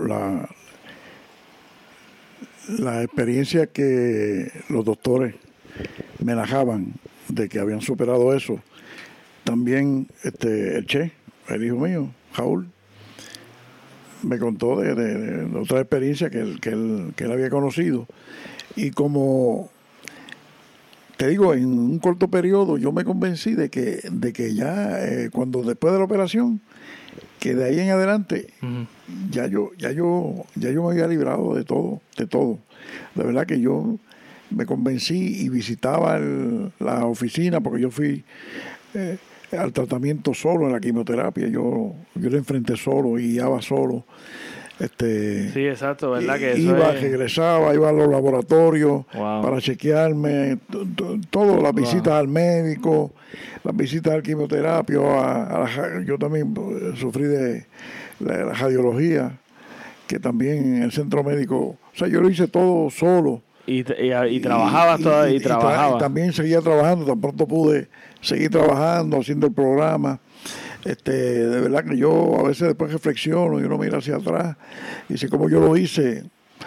la experiencia que los doctores me narraban de que habían superado eso, también el Che, el hijo mío, Raúl, me contó de otra experiencia que él había conocido. Y como te digo, en un corto periodo yo me convencí de que ya cuando después de la operación, que de ahí en adelante ya yo me había librado de todo. La verdad que yo me convencí y visitaba la oficina, porque yo fui al tratamiento solo en la quimioterapia. Yo la enfrenté solo y guiaba solo. Sí, exacto, ¿verdad? Que Regresaba, iba a los laboratorios. Wow. Para chequearme, todo, las visitas al médico, las visitas al quimioterapia, yo también sufrí de la radiología, que también en el centro médico, o sea, yo lo hice todo solo. Y trabajabas todavía, y trabajabas. Y también seguía trabajando, tan pronto pude seguir trabajando, haciendo el programa. De verdad que yo a veces después reflexiono y uno mira hacia atrás y si como yo lo hice,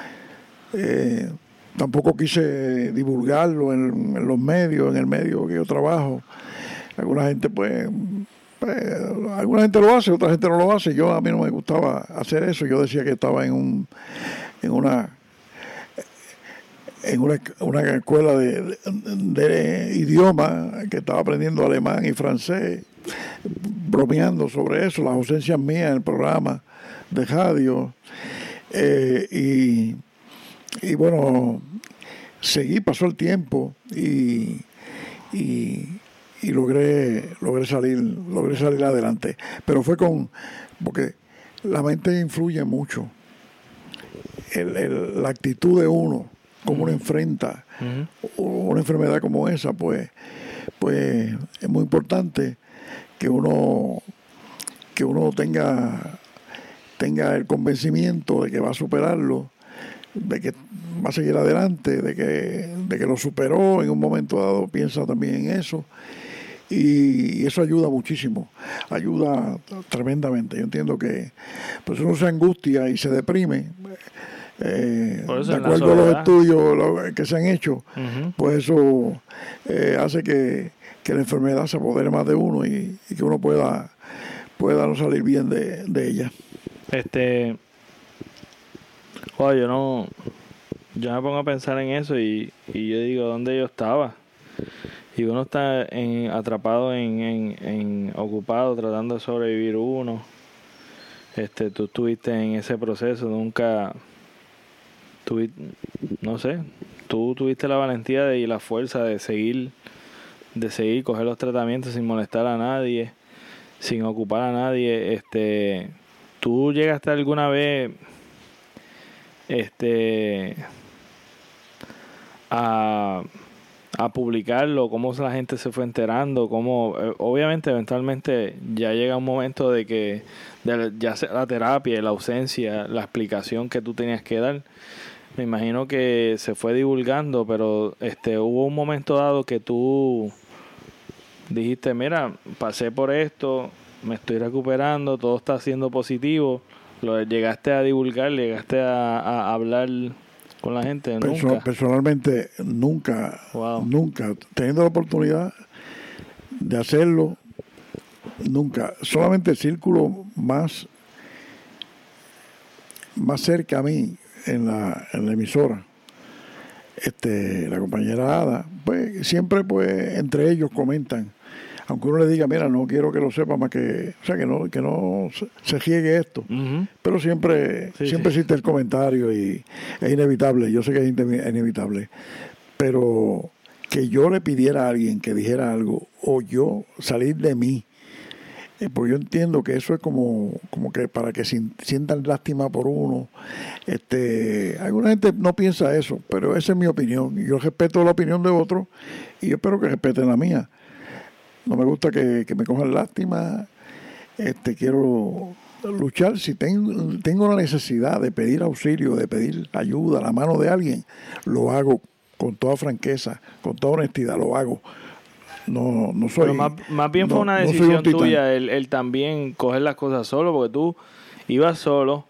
tampoco quise divulgarlo en los medios, en el medio que yo trabajo. Alguna gente alguna gente lo hace, otra gente no lo hace. A mí no me gustaba hacer eso. Yo decía que estaba en una escuela de idioma, que estaba aprendiendo alemán y francés, bromeando sobre eso, las ausencias mías en el programa de radio. Y bueno, pasó el tiempo y logré salir adelante. Pero fue porque la mente influye mucho. La actitud de uno, cómo uno enfrenta una enfermedad como esa, pues es muy importante que uno tenga el convencimiento de que va a superarlo, de que va a seguir adelante, de que lo superó en un momento dado, piensa también en eso. Y eso ayuda muchísimo, ayuda tremendamente. Yo entiendo que pues uno se angustia y se deprime, de acuerdo a los estudios que se han hecho, pues eso hace que la enfermedad se apodere más de uno y que uno pueda no salir bien de ella. Yo me pongo a pensar en eso y yo digo, ¿dónde yo estaba? Y uno está atrapado ocupado tratando de sobrevivir uno. Tú estuviste en ese proceso, nunca no sé, tú tuviste la valentía y la fuerza de seguir, coger los tratamientos sin molestar a nadie, sin ocupar a nadie. ¿Tú llegaste alguna vez a publicarlo? ¿Cómo la gente se fue enterando? ¿Cómo, obviamente eventualmente ya llega un momento de que ya sea la terapia, la ausencia, la explicación que tú tenías que dar? Me imagino que se fue divulgando, pero hubo un momento dado que tú dijiste, mira, pasé por esto, me estoy recuperando, todo está siendo positivo. ¿Llegaste a divulgar, llegaste a hablar con la gente? ¿Nunca? Personalmente, nunca. Wow. Nunca. Teniendo la oportunidad de hacerlo, nunca. Solamente el círculo más cerca a mí en la emisora, la compañera Ada, pues siempre pues entre ellos comentan, aunque uno le diga, mira, no quiero que lo sepa más que, o sea, que no se riegue esto, pero siempre existe el comentario y es inevitable, yo sé que es inevitable, pero que yo le pidiera a alguien que dijera algo o yo salir de mí, porque yo entiendo que eso es como que para que sientan lástima por uno. Alguna gente no piensa eso, pero esa es mi opinión. Yo respeto la opinión de otros y yo espero que respeten la mía. No me gusta que me cojan lástima. Quiero luchar. Si tengo la necesidad de pedir auxilio, de pedir ayuda, la mano de alguien, lo hago con toda franqueza, con toda honestidad, lo hago. No soy. Pero más bien fue una decisión tuya el también coger las cosas solo, porque tú ibas solo.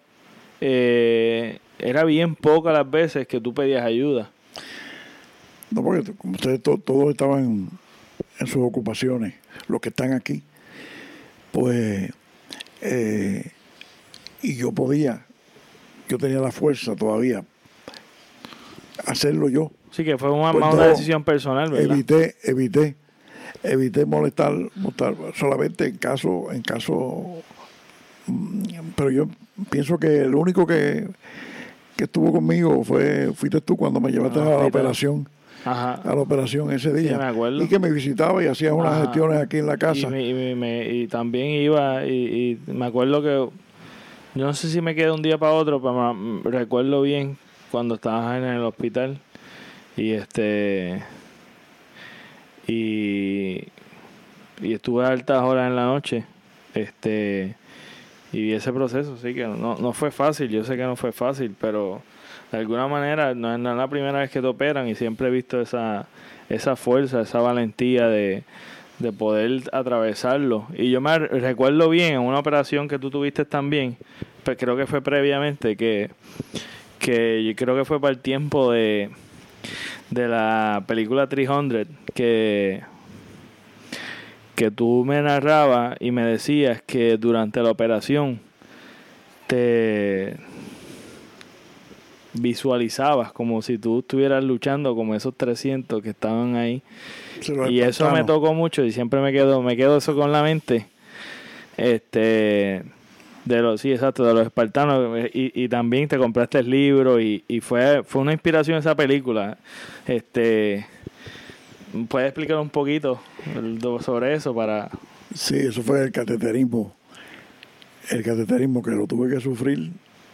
Era bien pocas las veces que tú pedías ayuda. No, porque como ustedes todos estaban en sus ocupaciones, los que están aquí, pues, y yo tenía la fuerza todavía hacerlo yo. Sí, que fue una decisión personal, ¿verdad? Evité molestar solamente en caso, pero yo pienso que el único que estuvo conmigo fuiste tú cuando me llevaste a la operación. Ajá. A la operación ese día. Sí, me acuerdo. Y que me visitaba y hacía unas gestiones aquí en la casa. Y también iba y me acuerdo que yo no sé si me quedé un día para otro, pero recuerdo bien cuando estabas en el hospital y y estuve a altas horas en la noche y vi ese proceso. Sí que no fue fácil, yo sé que no fue fácil, pero de alguna manera no es la primera vez que te operan y siempre he visto esa fuerza, esa valentía de poder atravesarlo. Y yo me recuerdo bien en una operación que tú tuviste también, pues creo que fue previamente, que yo creo que fue para el tiempo de la película 300, que tú me narrabas y me decías que durante la operación te visualizabas como si tú estuvieras luchando como esos 300 que estaban ahí. Y eso me tocó mucho y siempre me quedo eso con la mente. De los espartanos, y también te compraste el libro y fue una inspiración esa película. ¿Puedes explicar un poquito sobre eso para...? Sí, eso fue el cateterismo que lo tuve que sufrir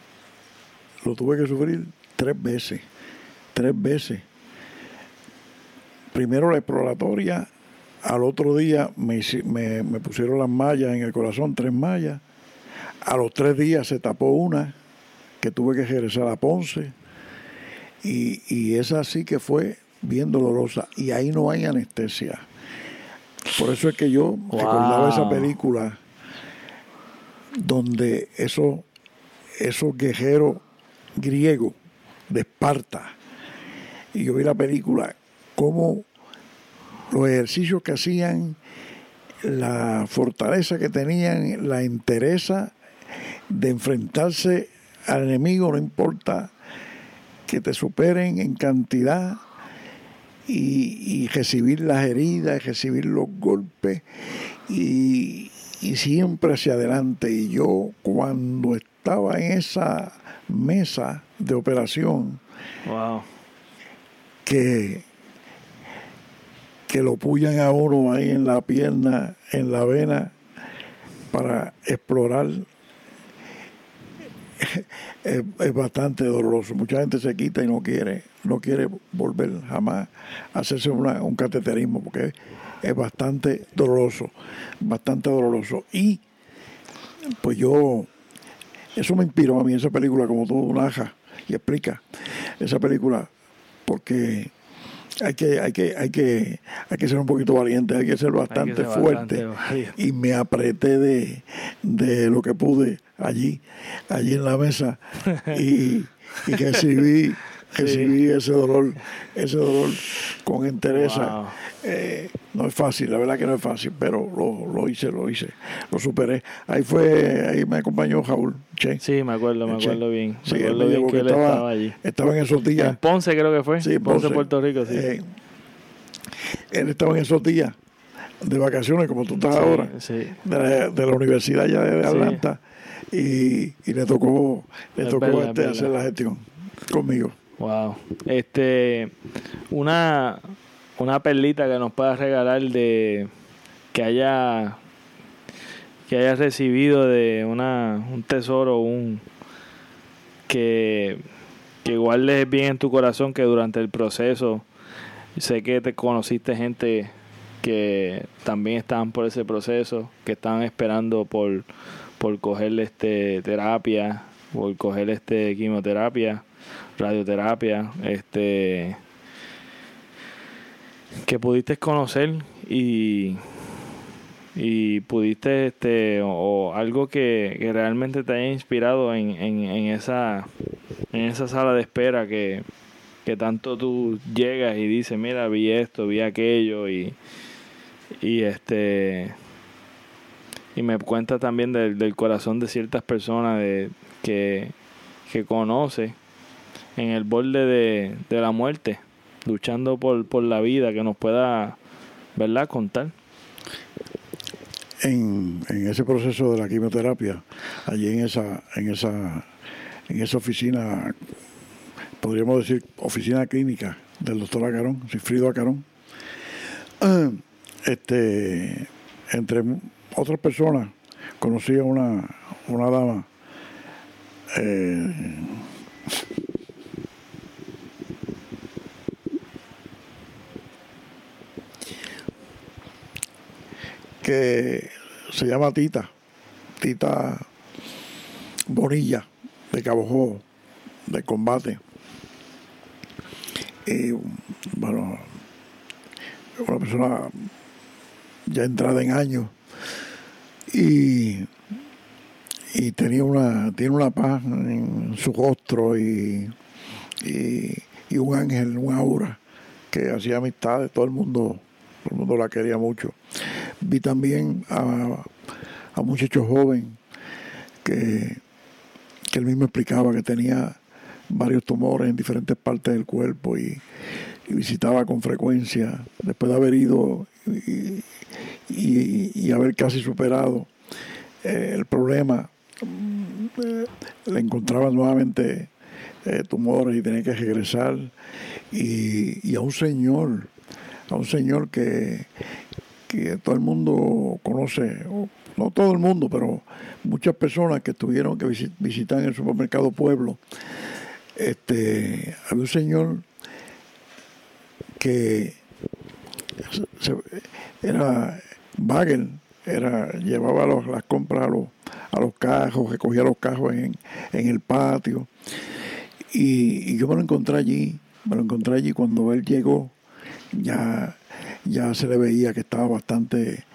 3 veces. Primero la exploratoria, al otro día me pusieron las mallas en el corazón, 3 mallas. A los 3 días se tapó una, que tuve que regresar a Ponce, y esa sí que fue bien dolorosa, y ahí no hay anestesia. Por eso es que yo recordaba esa película donde esos guerreros griegos de Esparta, y yo vi la película, cómo los ejercicios que hacían, la fortaleza que tenían, la entereza de enfrentarse al enemigo, no importa que te superen en cantidad, y recibir las heridas, recibir los golpes y siempre hacia adelante. Y yo cuando estaba en esa mesa de operación, que lo pullan a uno ahí en la pierna, en la vena, para explorar, es bastante doloroso. Mucha gente se quita y no quiere volver jamás a hacerse un cateterismo, porque es bastante doloroso. Y pues eso me inspiró a mí, esa película, como tú narras y explicas esa película, porque hay que ser un poquito valiente, hay que ser bastante fuerte. Y me apreté de lo que pude allí en la mesa y recibí recibí ese dolor con entereza. Wow. No es fácil, la verdad que no es fácil, pero lo hice, lo superé. Ahí me acompañó Raúl Che. Sí, me acuerdo bien. Sí, Me él acuerdo me bien llevó que él estaba allí. Estaba en esos días. En Ponce creo que fue. Sí, Ponce, Puerto Rico, sí. Él estaba en esos días de vacaciones, como tú estás ahora, Sí. de la Universidad ya de Atlanta, y le tocó verdad. hacer la gestión conmigo. Wow. Una perlita que nos puedas regalar de que haya recibido de un tesoro, que guardes bien en tu corazón, que durante el proceso, sé que te conociste gente que también estaban por ese proceso, que estaban esperando por coger terapia, por coger quimioterapia, radioterapia, que pudiste conocer y pudiste o algo que realmente te haya inspirado en esa sala de espera que tanto tú llegas y dices, mira, vi esto, vi aquello y me cuenta también del corazón de ciertas personas que conoce en el borde de la muerte, luchando por la vida, que nos pueda, ¿verdad?, contar. En ese proceso de la quimioterapia, allí en esa oficina, podríamos decir oficina clínica del doctor Acarón, Sigfrido Acarón, entre otras personas conocí a una dama que se llama Tita Bonilla, de Cabo Jojo, de Combate. Y bueno, una persona ya entrada en años y tiene una paz en su rostro y un ángel, un aura que hacía amistades, todo el mundo la quería mucho. Vi también a un muchacho joven que él mismo explicaba que tenía varios tumores en diferentes partes del cuerpo y visitaba con frecuencia después de haber ido y haber casi superado el problema. Le encontraban nuevamente tumores y tenía que regresar y a un señor que todo el mundo conoce, no todo el mundo, pero muchas personas que tuvieron que visitar el supermercado Pueblo. Había un señor que era bagel, llevaba las compras a los cajos, recogía los cajos en el patio, y yo me lo encontré allí cuando él llegó. Ya se le veía que estaba bastante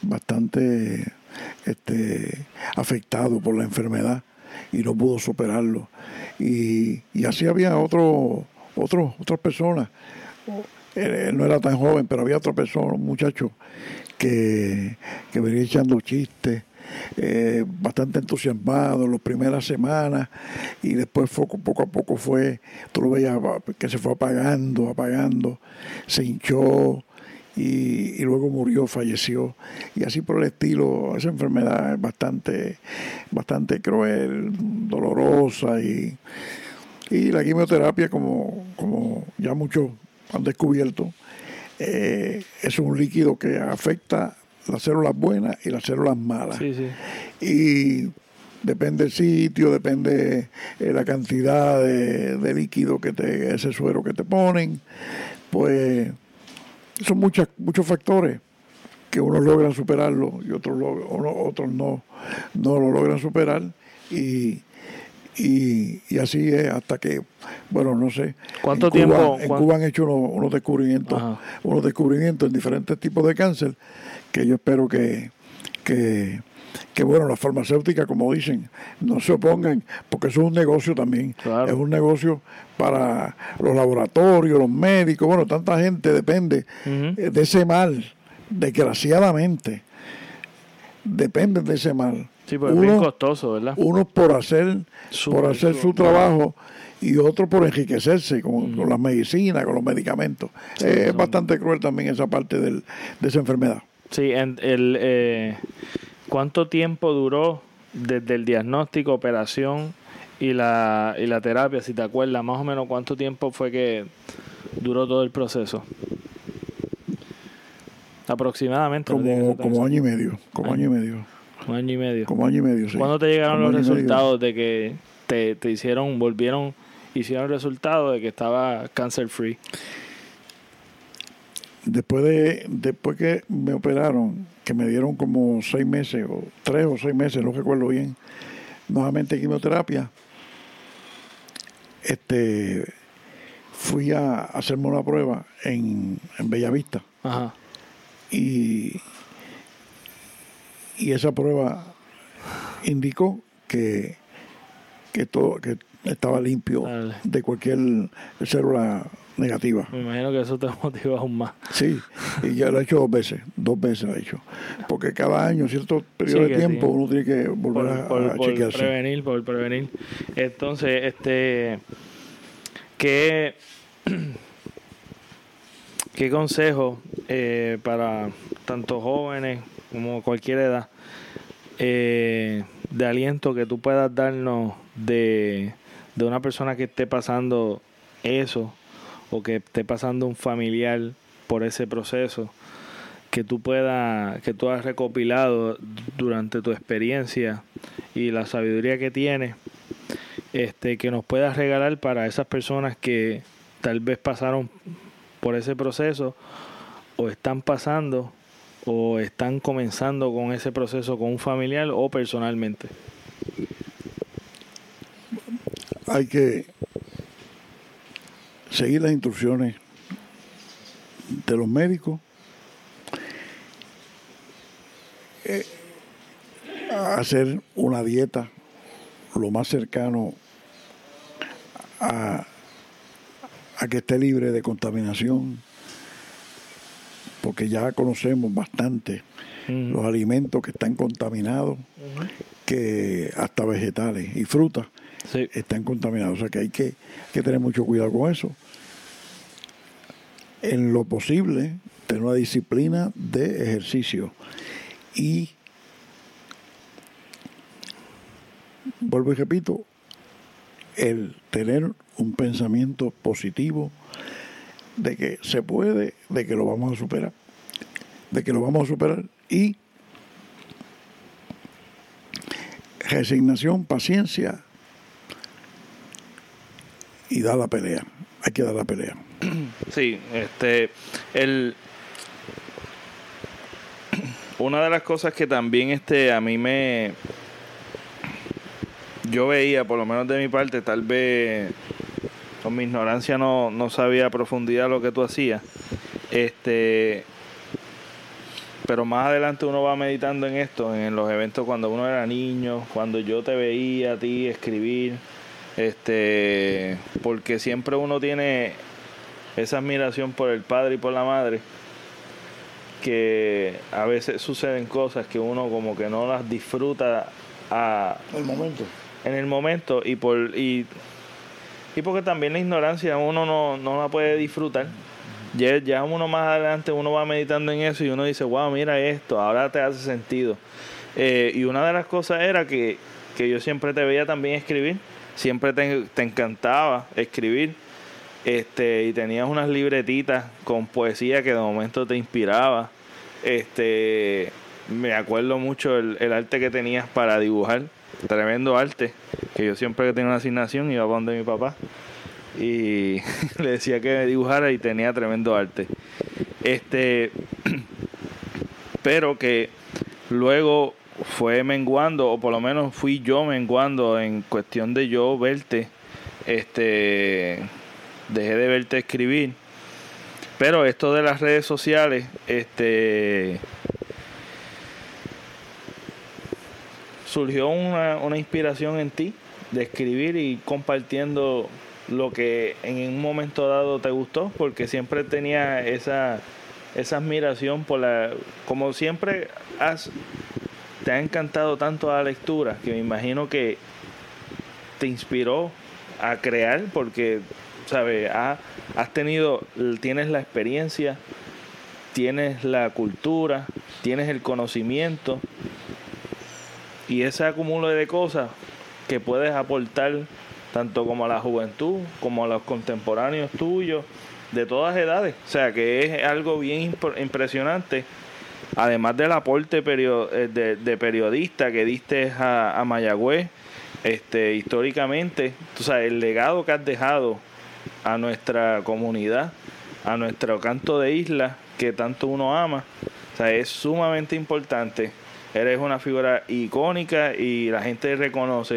afectado por la enfermedad y no pudo superarlo. Y así había otras personas. Él no era tan joven, pero había otra persona, un muchacho que venía echando chistes, bastante entusiasmado en las primeras semanas, y después poco a poco tú lo veías que se fue apagando, se hinchó y luego murió, falleció, y así por el estilo. Esa enfermedad es bastante cruel, dolorosa, y la quimioterapia, como ya muchos han descubierto, es un líquido que afecta las células buenas y las células malas. Sí. Y depende del sitio, depende la cantidad de líquido ese suero que te ponen, pues son muchos factores que unos logran superarlo y otros no lo logran superar, y así es hasta que, bueno, no sé. ¿Cuánto tiempo? En Cuba han hecho unos descubrimientos en diferentes tipos de cáncer, que yo espero que que bueno, las farmacéuticas, como dicen, no se opongan, porque eso es un negocio también. Claro. Es un negocio para los laboratorios, los médicos, bueno, tanta gente depende de ese mal, desgraciadamente, dependen de ese mal. Sí, pues es bien costoso, ¿verdad? Uno por hacer su trabajo y otro por enriquecerse con las medicinas, con los medicamentos. Sí, es bastante cruel también esa parte de esa enfermedad. Sí, ¿cuánto tiempo duró desde el diagnóstico, operación y la terapia, si te acuerdas? Más o menos, ¿cuánto tiempo fue que duró todo el proceso? Aproximadamente. Como año y medio. Un año y medio. Como año y medio, sí. ¿Cuándo te llegaron los resultados de que te hicieron el resultado de que estaba cancer free? Después que me operaron, que me dieron como 6 meses, o 3 o 6 meses, no recuerdo bien, nuevamente quimioterapia, fui a hacerme una prueba en Bellavista. Ajá. Y esa prueba indicó que estaba limpio de cualquier célula negativa. Me imagino que eso te motiva aún más. Sí, y ya lo he hecho 2 veces lo he hecho. Porque cada año, cierto periodo de tiempo, uno tiene que volver a chequearse. Por prevenir. Entonces, ¿qué consejo para tanto jóvenes como cualquier edad de aliento que tú puedas darnos de una persona que esté pasando eso, o que esté pasando un familiar por ese proceso, que tú has recopilado durante tu experiencia y la sabiduría que tienes, que nos puedas regalar para esas personas que tal vez pasaron por ese proceso, o están pasando, o están comenzando con ese proceso con un familiar o personalmente? Hay que seguir las instrucciones de los médicos, hacer una dieta lo más cercano a que esté libre de contaminación, porque ya conocemos bastante los alimentos que están contaminados, que hasta vegetales y frutas están contaminados. O sea que hay que tener mucho cuidado con eso. En lo posible, tener una disciplina de ejercicio y, vuelvo y repito, el tener un pensamiento positivo de que se puede, de que lo vamos a superar, y resignación, paciencia y dar la pelea. Hay que dar la pelea. Sí, una de las cosas que también a mí yo veía, por lo menos de mi parte, tal vez con mi ignorancia no sabía a profundidad lo que tú hacías, pero más adelante uno va meditando en esto, en los eventos cuando uno era niño, cuando yo te veía a ti escribir, porque siempre uno tiene esa admiración por el padre y por la madre, que a veces suceden cosas que uno como que no las disfruta en el momento, y porque también la ignorancia uno no la puede disfrutar. Ya uno más adelante uno va meditando en eso y uno dice, wow, mira esto, ahora te hace sentido. Y una de las cosas era que yo siempre te veía también escribir, siempre te encantaba escribir, y tenías unas libretitas con poesía que de momento te inspiraba. Me acuerdo mucho el arte que tenías para dibujar, tremendo arte, que yo siempre que tenía una asignación iba para donde mi papá y le decía que dibujara y tenía tremendo arte. Pero que luego fue menguando, o por lo menos fui yo menguando en cuestión de yo verte, dejé de verte escribir. Pero esto de las redes sociales, surgió una inspiración en ti de escribir y compartiendo lo que en un momento dado te gustó? Porque siempre tenía esa admiración por como siempre te ha encantado tanto la lectura, que me imagino que te inspiró a crear, porque, ¿sabes? Tienes la experiencia, tienes la cultura, tienes el conocimiento y ese acúmulo de cosas que puedes aportar tanto como a la juventud, como a los contemporáneos tuyos, de todas edades. O sea, que es algo bien impresionante. Además del aporte de periodista que diste a Mayagüez, históricamente, tú sabes, el legado que has dejado a nuestra comunidad, a nuestro canto de isla, que tanto uno ama, o sea, es sumamente importante. Eres una figura icónica y la gente reconoce.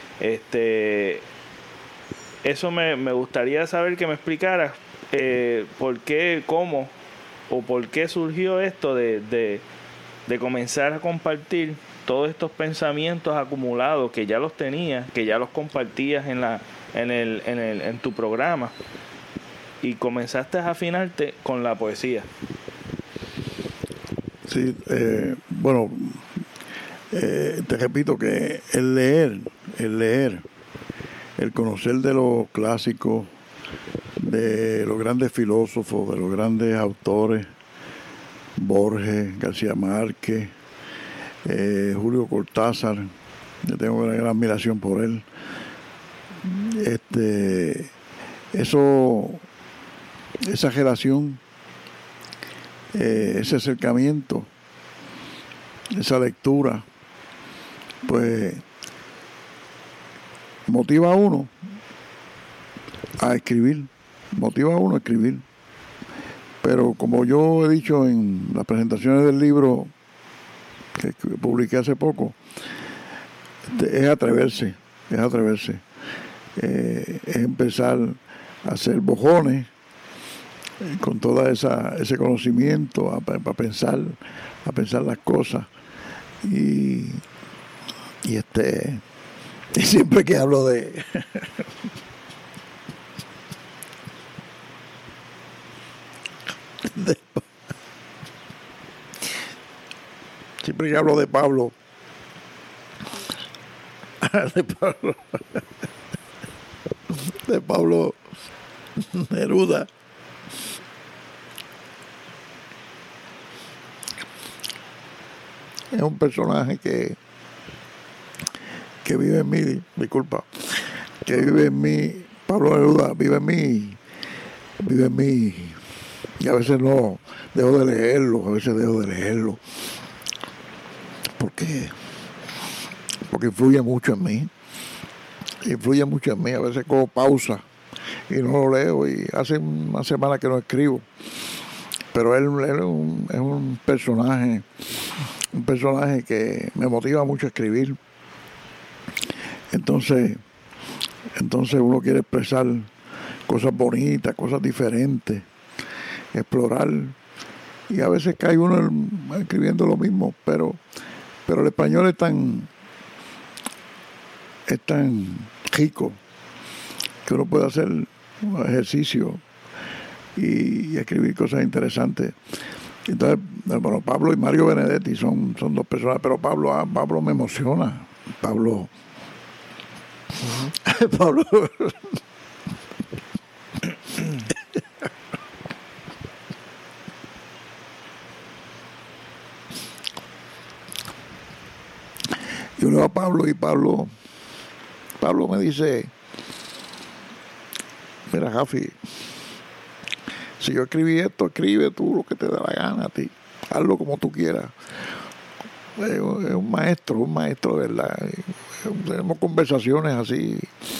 Eso me gustaría saber que me explicaras por qué, cómo o por qué surgió esto de comenzar a compartir todos estos pensamientos acumulados que ya los tenías, que ya los compartías en tu programa, y comenzaste a afinarte con la poesía. Sí, bueno, te repito que el leer, el conocer de los clásicos, de los grandes filósofos, de los grandes autores, Borges, García Márquez, Julio Cortázar, yo tengo una gran admiración por él. Esa relación, ese acercamiento, esa lectura, pues motiva a uno a escribir, pero como yo he dicho en las presentaciones del libro que publiqué hace poco, es atreverse, es empezar a hacer bojones con toda ese conocimiento, a pensar las cosas, y siempre que hablo de siempre que hablo de Pablo de Pablo Neruda, es un personaje que vive en mí, Pablo Neruda vive en mí, y a veces no dejo de leerlo, porque influye mucho en mí, a veces cojo pausa y no lo leo, y hace una semana que no escribo, pero él es un personaje que me motiva mucho a escribir. Entonces uno quiere expresar cosas bonitas, cosas diferentes, explorar, y a veces cae uno escribiendo lo mismo, pero el español es tan rico que uno puede hacer un ejercicio y escribir cosas interesantes. Entonces, bueno, Pablo y Mario Benedetti son dos personas, pero Pablo me emociona. Pablo yo leo a Pablo y Pablo me dice: mira, Jafi, si yo escribí esto, escribe tú lo que te da la gana a ti, hazlo como tú quieras. Es un maestro de verdad. Tenemos conversaciones así.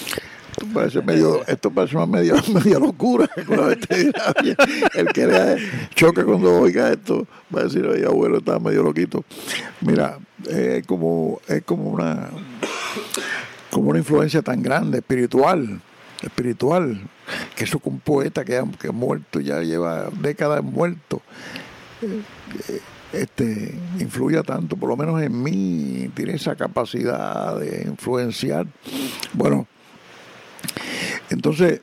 Esto parece una media locura. El que le choque cuando oiga esto va a decir: oye, abuelo, estaba medio loquito. Mira, es como una influencia tan grande, espiritual, que eso, con un poeta que ha muerto, ya lleva décadas muerto, influya tanto, por lo menos en mí, tiene esa capacidad de influenciar. Bueno, entonces,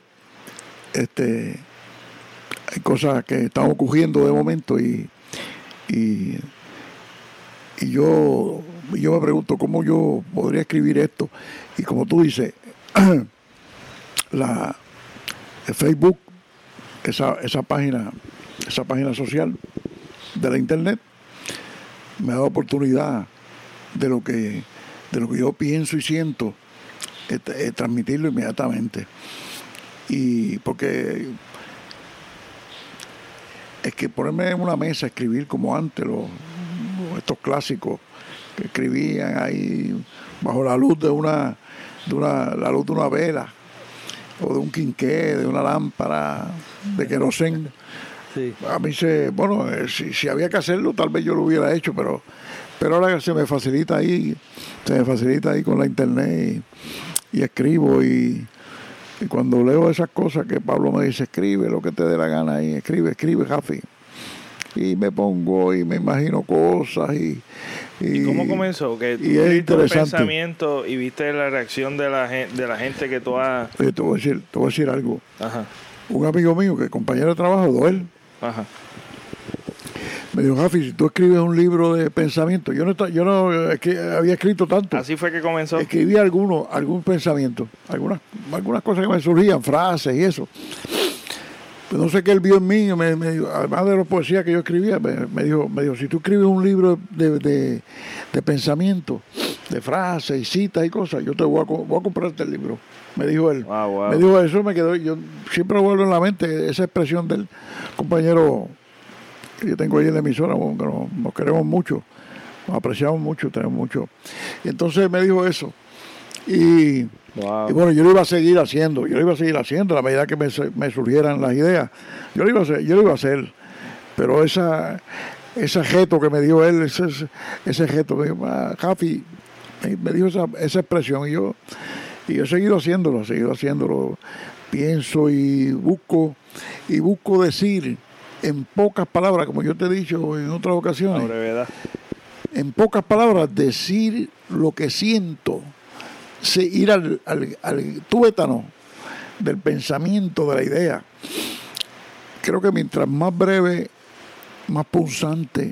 hay cosas que están ocurriendo de momento y yo me pregunto cómo yo podría escribir esto. Y como tú dices, el Facebook, esa página social de la internet, me ha dado oportunidad de lo que yo pienso y siento, transmitirlo inmediatamente. Y porque es que ponerme en una mesa a escribir como antes estos clásicos que escribían ahí bajo la luz de una vela o de un quinqué, de una lámpara de querosén. Sí. A mí si había que hacerlo, tal vez yo lo hubiera hecho, pero ahora se me facilita ahí con la internet y escribo y cuando leo esas cosas que Pablo me dice, escribe lo que te dé la gana ahí, escribe, Jafi. Y me pongo y me imagino cosas ¿Y cómo comenzó? Que tú viste un pensamiento y viste la reacción de la gente que tú has... Oye, te voy a decir algo. Ajá. Un amigo mío, que es compañero de trabajo, Doel, Ajá. me dijo, Jafi, si tú escribes un libro de pensamiento, yo no había escrito tanto. Así fue que comenzó. Escribí algún pensamiento, algunas cosas que me surgían, frases y eso. Pues no sé qué él vio en mí, me dijo, además de la poesía que yo escribía, me dijo, si tú escribes un libro de pensamiento, de frases y citas y cosas, yo te voy a comprarte el libro. Me dijo él. Wow. Me dijo eso, me quedó, yo siempre vuelvo en la mente esa expresión del compañero que yo tengo ahí en la emisora, que nos queremos mucho, nos apreciamos mucho, tenemos mucho. Y entonces me dijo eso. Y bueno, yo lo iba a seguir haciendo a la medida que me surgieran las ideas. Yo lo iba a hacer. Pero ese gesto que me dio él, ese gesto, me dijo, Jafi, me dijo esa expresión y yo he seguido haciéndolo. Pienso y busco decir en pocas palabras, como yo te he dicho en otras ocasiones, la brevedad. En pocas palabras, decir lo que siento, ir al tuétano del pensamiento, de la idea. Creo que mientras más breve, más punzante,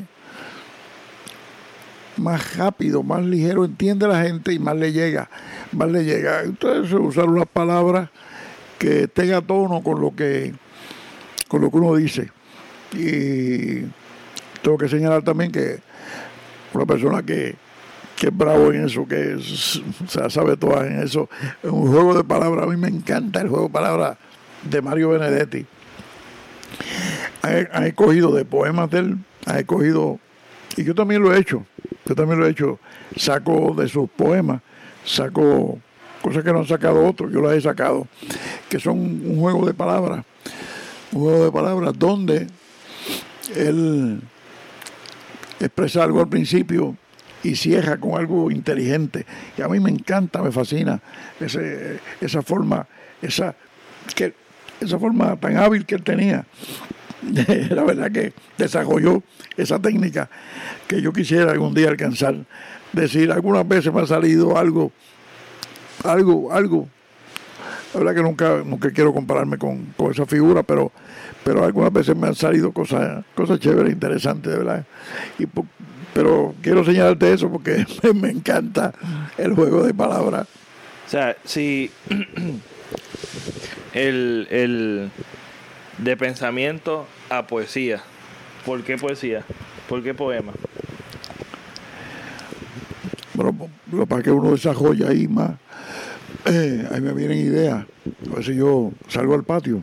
más rápido, más ligero entiende la gente y más le llega. Entonces, usar unas palabras que estén a tono con lo que uno dice. Y tengo que señalar también que una persona que es bravo en eso, sabe todas en eso, en un juego de palabras. A mí me encanta el juego de palabras de Mario Benedetti. Han escogido de poemas de él, y yo también lo he hecho, saco de sus poemas, saco cosas que no han sacado otros, yo las he sacado, que son un juego de palabras donde él expresa algo al principio y cierra con algo inteligente. Y a mí me encanta, me fascina esa forma tan hábil que él tenía. La verdad que desarrolló esa técnica que yo quisiera algún día alcanzar. Decir, algunas veces me ha salido algo. La verdad que nunca quiero compararme con esa figura, pero algunas veces me han salido cosas chéveres, interesantes, de verdad. Pero quiero señalarte eso porque me encanta el juego de palabras. O sea, si el de pensamiento a poesía, ¿por qué poesía? ¿Por qué poema? Bueno, para que uno desarrolla ahí más, ahí me vienen ideas. A veces yo salgo al patio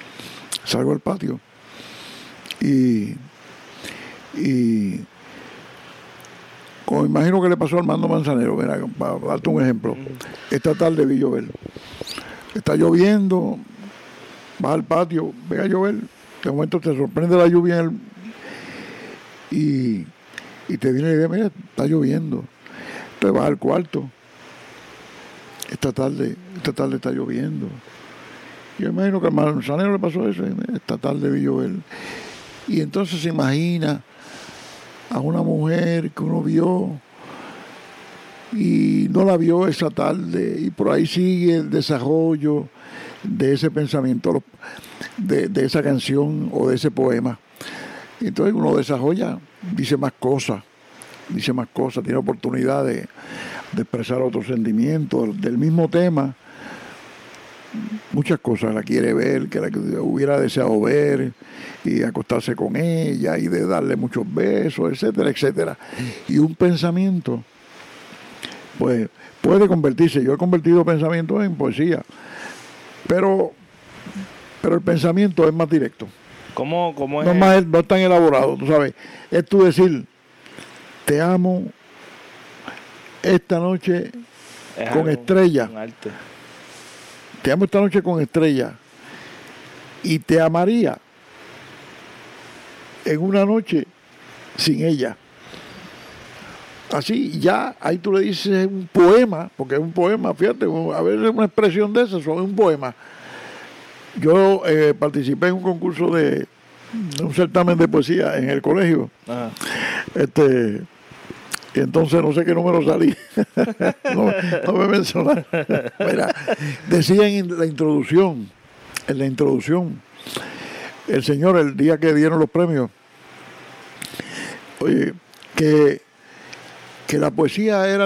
y como imagino que le pasó a Armando Manzanero, mira, para darte un ejemplo. Esta tarde vi llover. Está lloviendo, vas al patio, ve a llover, de momento te sorprende la lluvia y te viene la idea, mira, está lloviendo. Entonces vas al cuarto. Esta tarde está lloviendo. Yo imagino que a Manzanero le pasó eso, esta tarde vi llover. Y entonces se imagina a una mujer que uno vio y no la vio esa tarde, y por ahí sigue el desarrollo de ese pensamiento, de esa canción o de ese poema. Entonces uno desarrolla, dice más cosas, tiene oportunidad de expresar otros sentimientos del mismo tema, muchas cosas, la quiere ver, que la hubiera deseado ver, y acostarse con ella, y de darle muchos besos, etcétera, etcétera. Y un pensamiento, pues, puede convertirse, yo he convertido pensamientos en poesía, pero el pensamiento es más directo. ¿Cómo es? No es tan elaborado, tú sabes. Es tú decir, te amo esta noche con estrella. Te amo esta noche con estrella. Y te amaría en una noche sin ella. Así, ya, ahí tú le dices un poema, porque es un poema, fíjate, a veces una expresión de eso, es un poema. Yo participé en un concurso de un certamen de poesía en el colegio. Ajá. Y entonces no sé qué número salí. no me mencionaron. Mira, decía en la introducción, el señor, el día que dieron los premios, oye, que la poesía era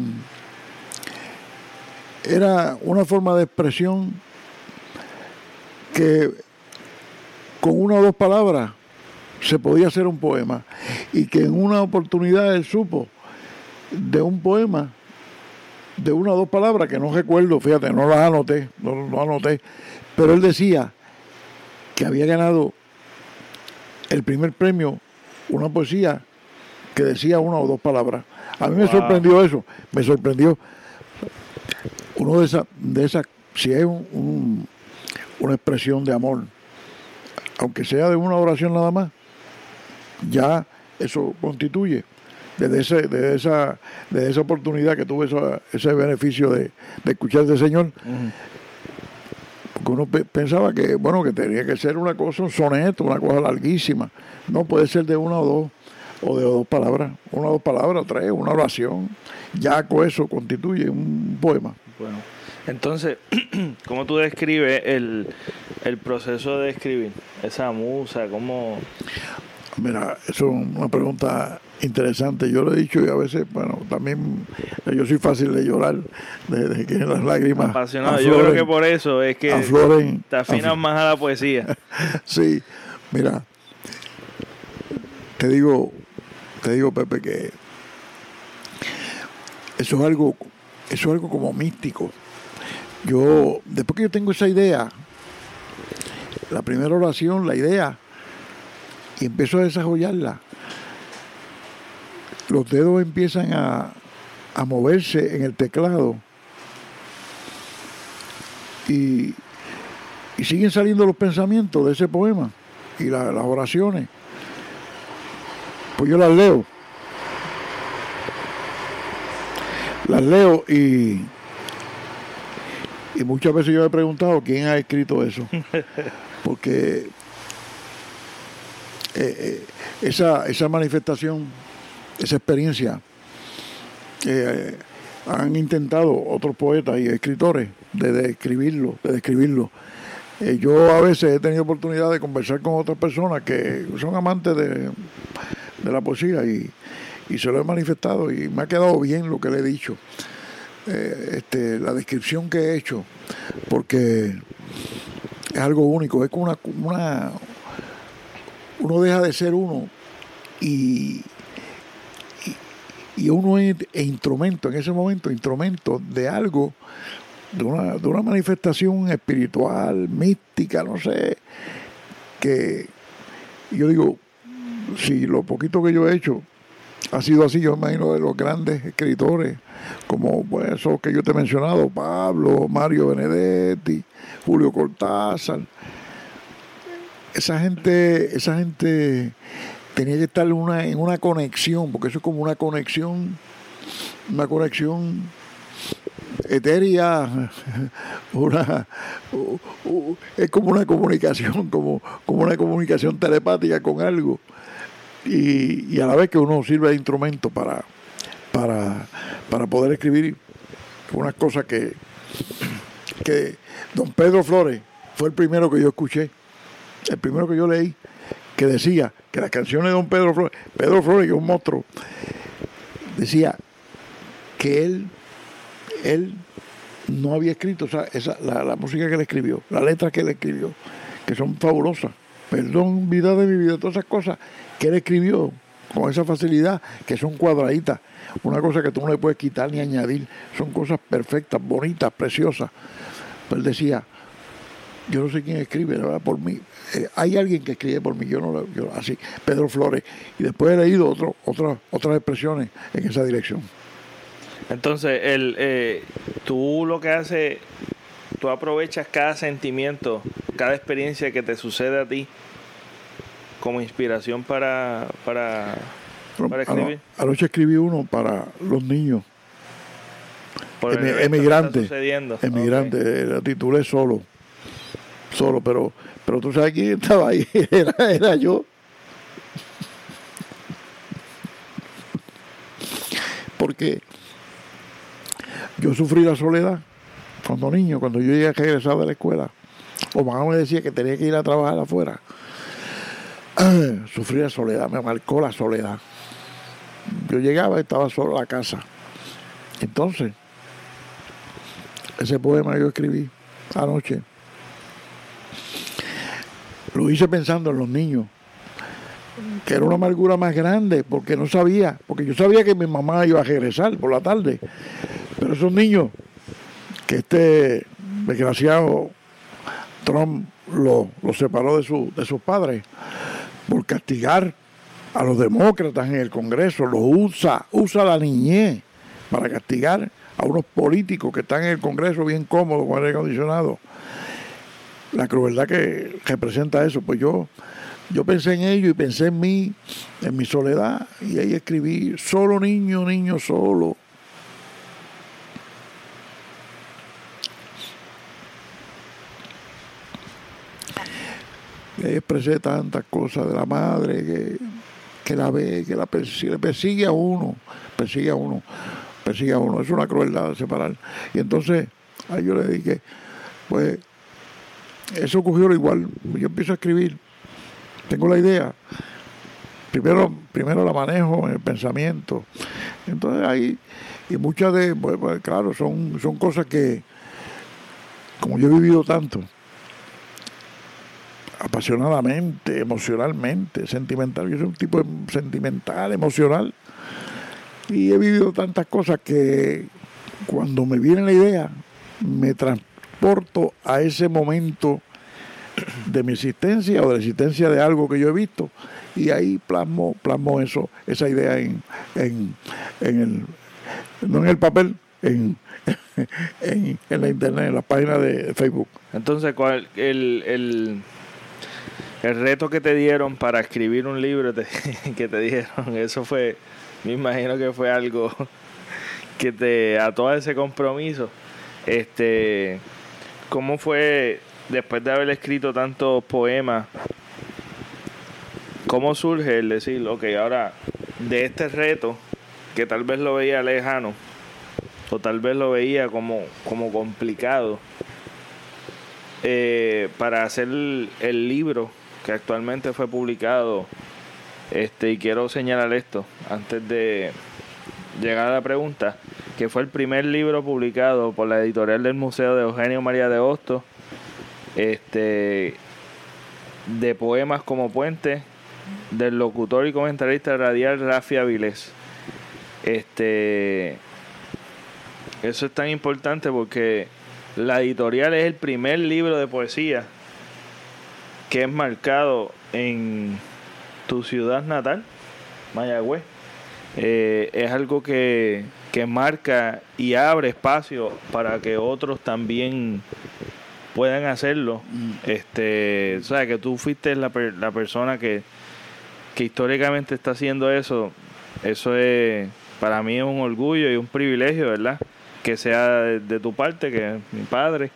una forma de expresión que con una o dos palabras se podía hacer un poema, y que en una oportunidad él supo de un poema de una o dos palabras que no recuerdo, fíjate, no las anoté, no anoté, pero él decía que había ganado el primer premio, una poesía que decía una o dos palabras. A mí me sorprendió eso, me sorprendió. Uno de esas, si es una expresión de amor, aunque sea de una oración nada más, ya eso constituye, desde esa oportunidad que tuve, ese beneficio de escuchar de Señor, porque uno pensaba que, bueno, que tenía que ser una cosa, un soneto, una cosa larguísima. No, puede ser de una o dos, o de dos palabras, una o dos palabras, tres, una oración, ya con eso constituye un poema. Bueno, entonces, ¿cómo tú describes el proceso de escribir? Esa musa, ¿cómo...? Mira, eso es una pregunta interesante. Yo lo he dicho, y a veces, bueno, también yo soy fácil de llorar, de que las lágrimas apasionado. Afloren, yo creo que por eso es que te afinas más a la poesía. Sí, mira, te digo, Pepe, que eso es algo como místico. Después que yo tengo esa idea, la primera oración, la idea, y empiezo a desarrollarla, los dedos empiezan a moverse en el teclado, y siguen saliendo los pensamientos de ese poema y las oraciones. Pues yo las leo y muchas veces yo he preguntado quién ha escrito eso, porque esa manifestación, esa experiencia, han intentado otros poetas y escritores de describirlo. Yo a veces he tenido oportunidad de conversar con otras personas que son amantes de la poesía, y se lo he manifestado, y me ha quedado bien lo que le he dicho, la descripción que he hecho, porque es algo único, es como uno deja de ser uno y uno es instrumento, en ese momento, instrumento de algo, de una manifestación espiritual, mística, no sé, que yo digo, si lo poquito que yo he hecho ha sido así, yo imagino de los grandes escritores, como pues, esos que yo te he mencionado, Pablo, Mario Benedetti, Julio Cortázar. Esa gente tenía que estar en una conexión, porque eso es como una conexión etérea, es como una comunicación, como una comunicación telepática con algo. y a la vez que uno sirve de instrumento para poder escribir unas cosas que don Pedro Flores fue el primero que yo escuché, el primero que yo leí, que decía que las canciones de don Pedro Flores, que es un monstruo, decía que él no había escrito la música que él escribió, las letras que él escribió, que son fabulosas. Perdón, vida de mi vida, todas esas cosas que él escribió con esa facilidad, que son cuadraditas, una cosa que tú no le puedes quitar ni añadir, son cosas perfectas, bonitas, preciosas. Pues él decía, yo no sé quién escribe, la verdad, por mí. Hay alguien que escribe por mí, así, Pedro Flores. Y después he leído otras expresiones en esa dirección. Entonces, tú lo que haces, tú aprovechas cada sentimiento, cada experiencia que te sucede a ti como inspiración para escribir. Anoche escribí uno para los niños emigrantes. Emigrantes, la titulé solo, pero tú sabes quién estaba ahí, era yo. Porque yo sufrí la soledad cuando niño, cuando yo llegué a regresar de la escuela, o mamá me decía que tenía que ir a trabajar afuera. Sufrí la soledad, me marcó la soledad. Yo llegaba y estaba solo en la casa. Entonces, ese poema yo escribí anoche. Lo hice pensando en los niños, que era una amargura más grande, porque yo sabía que mi mamá iba a regresar por la tarde. Pero esos niños, que este desgraciado Trump los separó de sus padres, por castigar a los demócratas en el Congreso, los usa la niñez para castigar a unos políticos que están en el Congreso bien cómodos con aire acondicionado. La crueldad que representa eso, pues yo pensé en ello y pensé en mí, en mi soledad, y ahí escribí, solo niño, niño solo. Y ahí expresé tantas cosas de la madre que la ve, que la persigue a uno. Es una crueldad separar. Y entonces, ahí yo le dije, pues, eso ocurrió igual. Yo empiezo a escribir, tengo la idea, primero la manejo en el pensamiento. Entonces ahí, y muchas pues, claro, son cosas que, como yo he vivido tanto, apasionadamente, emocionalmente, sentimental. Yo soy un tipo sentimental, emocional, y he vivido tantas cosas que cuando me viene la idea me transporto a ese momento de mi existencia o de la existencia de algo que yo he visto, y ahí plasmo esa idea no en el papel, en la internet, en la página de Facebook. Entonces, el reto que te dieron para escribir un libro que te dieron, eso fue, me imagino que fue algo que te ató a ese compromiso. ¿Cómo fue, después de haber escrito tantos poemas, cómo surge el decir, ok, ahora de este reto, que tal vez lo veía lejano, o tal vez lo veía como complicado, para hacer el libro que actualmente fue publicado? Y quiero señalar esto antes de llegar a la pregunta, que fue el primer libro publicado por la editorial del Museo de Eugenio María de Hostos, de poemas como puente, del locutor y comentarista radial Rafi Avilés. Eso es tan importante porque la editorial es el primer libro de poesía que es marcado en tu ciudad natal, Mayagüez. Es algo que marca y abre espacio para que otros también puedan hacerlo. O sea, que tú fuiste la persona que históricamente está haciendo eso. Eso es, para mí, es un orgullo y un privilegio, ¿verdad? Que sea de tu parte, que es mi padre.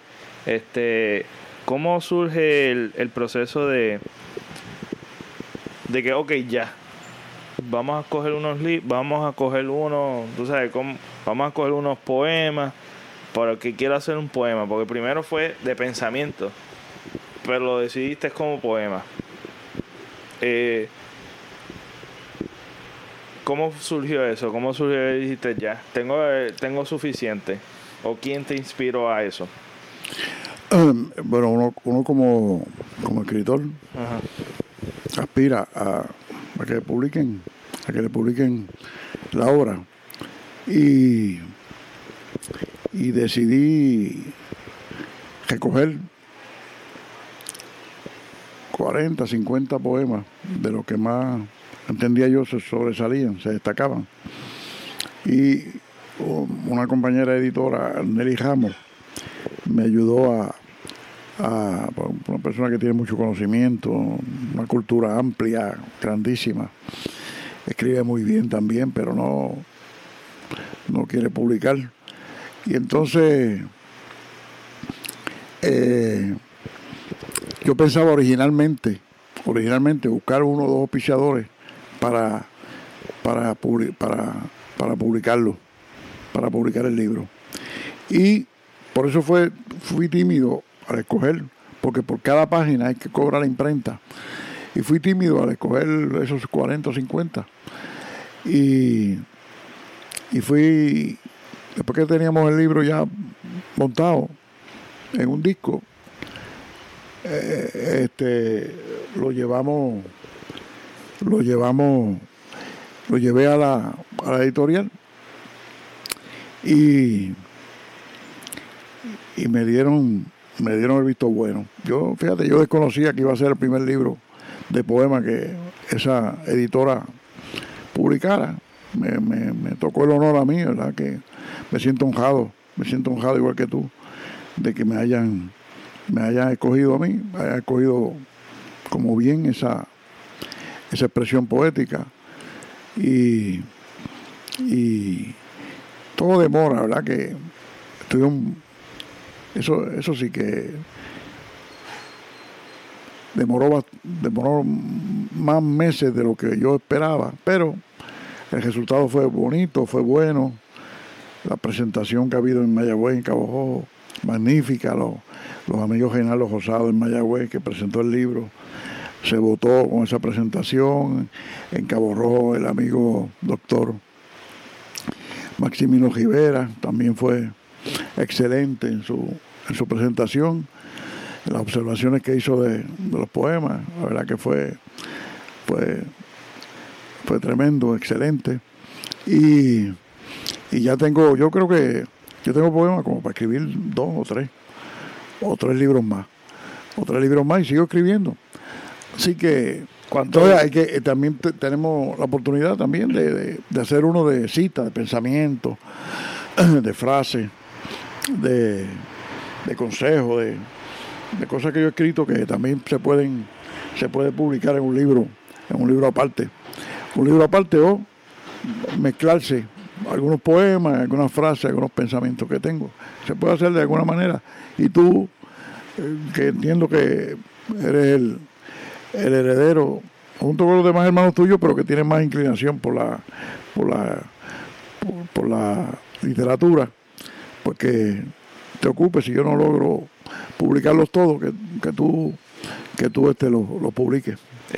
¿Cómo surge el proceso de que, ok, ya, vamos a coger vamos a coger unos, tú sabes, vamos a coger unos poemas, porque quiero hacer un poema, porque primero fue de pensamiento, pero lo decidiste como poema. ¿Cómo surgió eso? ¿Cómo surgió y dijiste ya, tengo suficiente? ¿O quién te inspiró a eso? Bueno, uno como escritor Ajá. aspira a que le publiquen la obra, y decidí recoger 40, 50 poemas de los que más entendía yo se sobresalían, se destacaban. Y una compañera editora, Nelly Ramos, me ayudó una persona que tiene mucho conocimiento, una cultura amplia, grandísima. Escribe muy bien también, pero no quiere publicar. Y entonces yo pensaba originalmente buscar uno o dos auspiciadores para publicarlo, para publicar el libro. Y por eso fui tímido al escoger, porque por cada página hay que cobrar la imprenta. Y fui tímido al escoger esos 40 o 50. Y fui, después que teníamos el libro ya montado en un disco, lo llevé a la editorial, y me dieron el visto bueno. Yo desconocía que iba a ser el primer libro de poemas que esa editora publicara. Me tocó el honor a mí, ¿verdad? Que me siento honrado igual que tú, de que me hayan escogido a mí, me hayan escogido como bien esa expresión poética. Y todo demora, ¿verdad? Que eso sí que demoró más meses de lo que yo esperaba, pero el resultado fue bonito, fue bueno. La presentación que ha habido en Mayagüez, en Cabo Rojo, magnífica. Los amigos Reinaldo Rosado en Mayagüez, que presentó el libro, se votó con esa presentación. En Cabo Rojo, el amigo doctor Maximino Rivera también fue excelente en su presentación. Las observaciones que hizo de los poemas, la verdad que fue tremendo, excelente. Y ya yo creo que yo tengo poemas como para escribir 2 o 3 libros más, y sigo escribiendo. Así que entonces también tenemos la oportunidad también de hacer uno de citas, de pensamiento, de frases, de consejos, de cosas que yo he escrito, que también se puede publicar en un libro aparte. Un libro aparte, o mezclarse algunos poemas, algunas frases, algunos pensamientos que tengo. Se puede hacer de alguna manera. Y tú, que entiendo que eres el heredero, junto con los demás hermanos tuyos, pero que tienes más inclinación por la literatura, pues que te ocupes, si yo no logro publicarlos todos, que tú los publiques.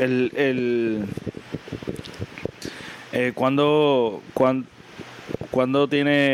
¿Cuándo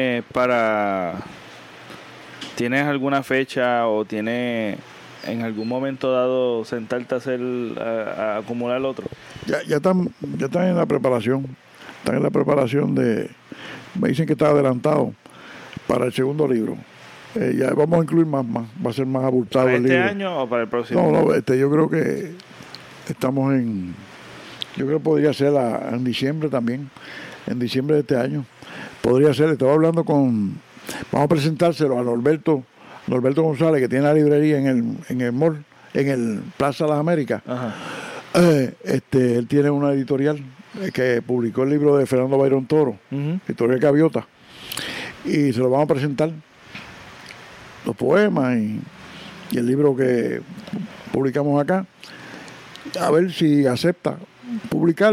tienes alguna fecha, o tienes en algún momento dado sentarte a acumular otro? Ya están en la preparación. Están en la preparación me dicen que está adelantado para el segundo libro. Ya vamos a incluir más, va a ser más abultado el libro. ¿Para este año o para el próximo? No, yo creo que estamos yo creo que podría ser en diciembre también, en diciembre de este año. Podría ser, estaba hablando vamos a presentárselo a Norberto González, que tiene la librería en el mall, en el Plaza de las Américas. Ajá. Él tiene una editorial que publicó el libro de Fernando Byron Toro, Editorial Gaviota, y se lo vamos a presentar, los poemas y el libro que publicamos acá, a ver si acepta publicarlo,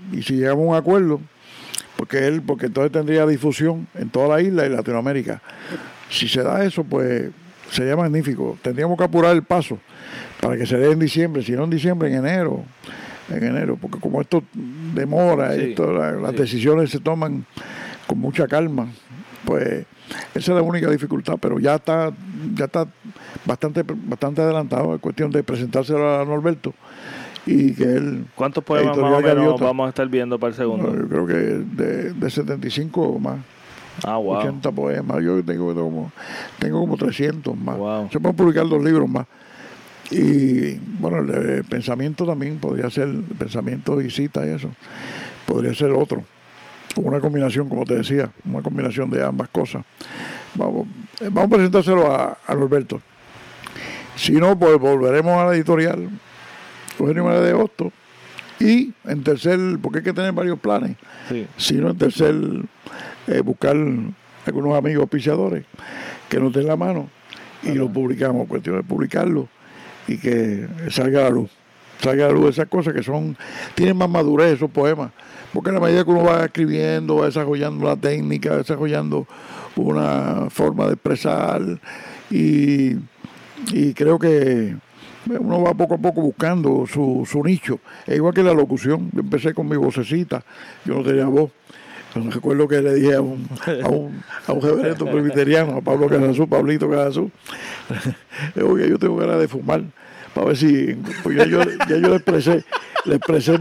y si llegamos a un acuerdo, porque entonces tendría difusión en toda la isla y Latinoamérica. Si se da eso, pues sería magnífico. Tendríamos que apurar el paso para que se dé en diciembre, si no en diciembre, en enero, porque como esto demora, Sí, las decisiones se toman con mucha calma, pues esa es la única dificultad, pero ya está bastante adelantado. Es cuestión de presentárselo a Norberto y que él... ¿Cuántos poemas más o menos vamos a estar viendo para el segundo? Yo creo que de 75 o más. Ah, wow. 80 poemas. Yo tengo como 300 más. Wow. Se pueden publicar 2 libros más. Y bueno, el pensamiento también podría ser, el pensamiento y cita y eso, podría ser otro. Una combinación, como te decía, una combinación de ambas cosas. Vamos a presentárselo a Norberto. Si no, pues volveremos a la editorial Eugenio María de Hostos. Y en tercer, porque hay que tener varios planes. Sí. Si no, en tercer, buscar algunos amigos auspiciadores que nos den la mano y lo publicamos. Cuestión de publicarlo y que salga a la luz esas cosas que tienen más madurez esos poemas, porque a la medida que uno va escribiendo, va desarrollando la técnica, desarrollando una forma de expresar y creo que uno va poco a poco buscando su nicho. Es igual que la locución. Yo empecé con mi vocecita, yo no tenía voz. Entonces, recuerdo que le dije a un reverendo presbiteriano, a Pablito Cazazú, oye, yo tengo ganas de fumar, para ver si, pues ya yo le expresé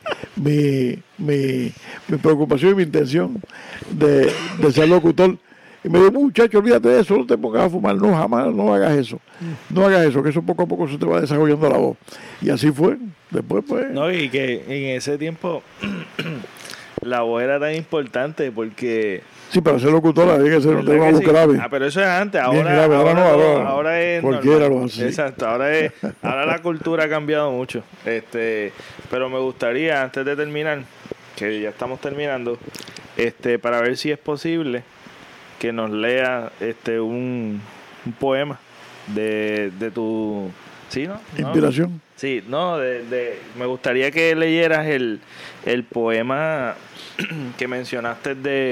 mi preocupación y mi intención de ser locutor. Y me dijo, muchacho, olvídate de eso, no te pongas a fumar, no, jamás, no hagas eso, que eso poco a poco se te va desarrollando la voz. Y así fue, después pues... No, y que en ese tiempo la voz era tan importante porque... Sí, para ser locutora había que ser un tema muy grave. Ah, pero eso es antes, ahora es cualquiera normal. lo hace. Exacto, ahora la cultura ha cambiado mucho. Pero me gustaría, antes de terminar, que ya estamos terminando, para ver si es posible que nos lea un poema de tu... ¿Sí, no? Inspiración. Sí, no, me gustaría que leyeras el poema que mencionaste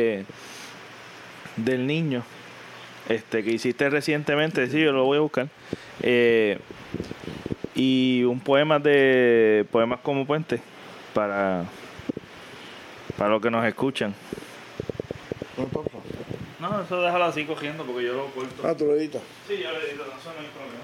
del niño, que hiciste recientemente. Sí, yo lo voy a buscar. Y un poema de Poemas como Puente para los que nos escuchan. No, eso déjalo así cogiendo porque yo lo corto. Ah, tú lo editas. Sí, yo lo edito, eso no hay problema.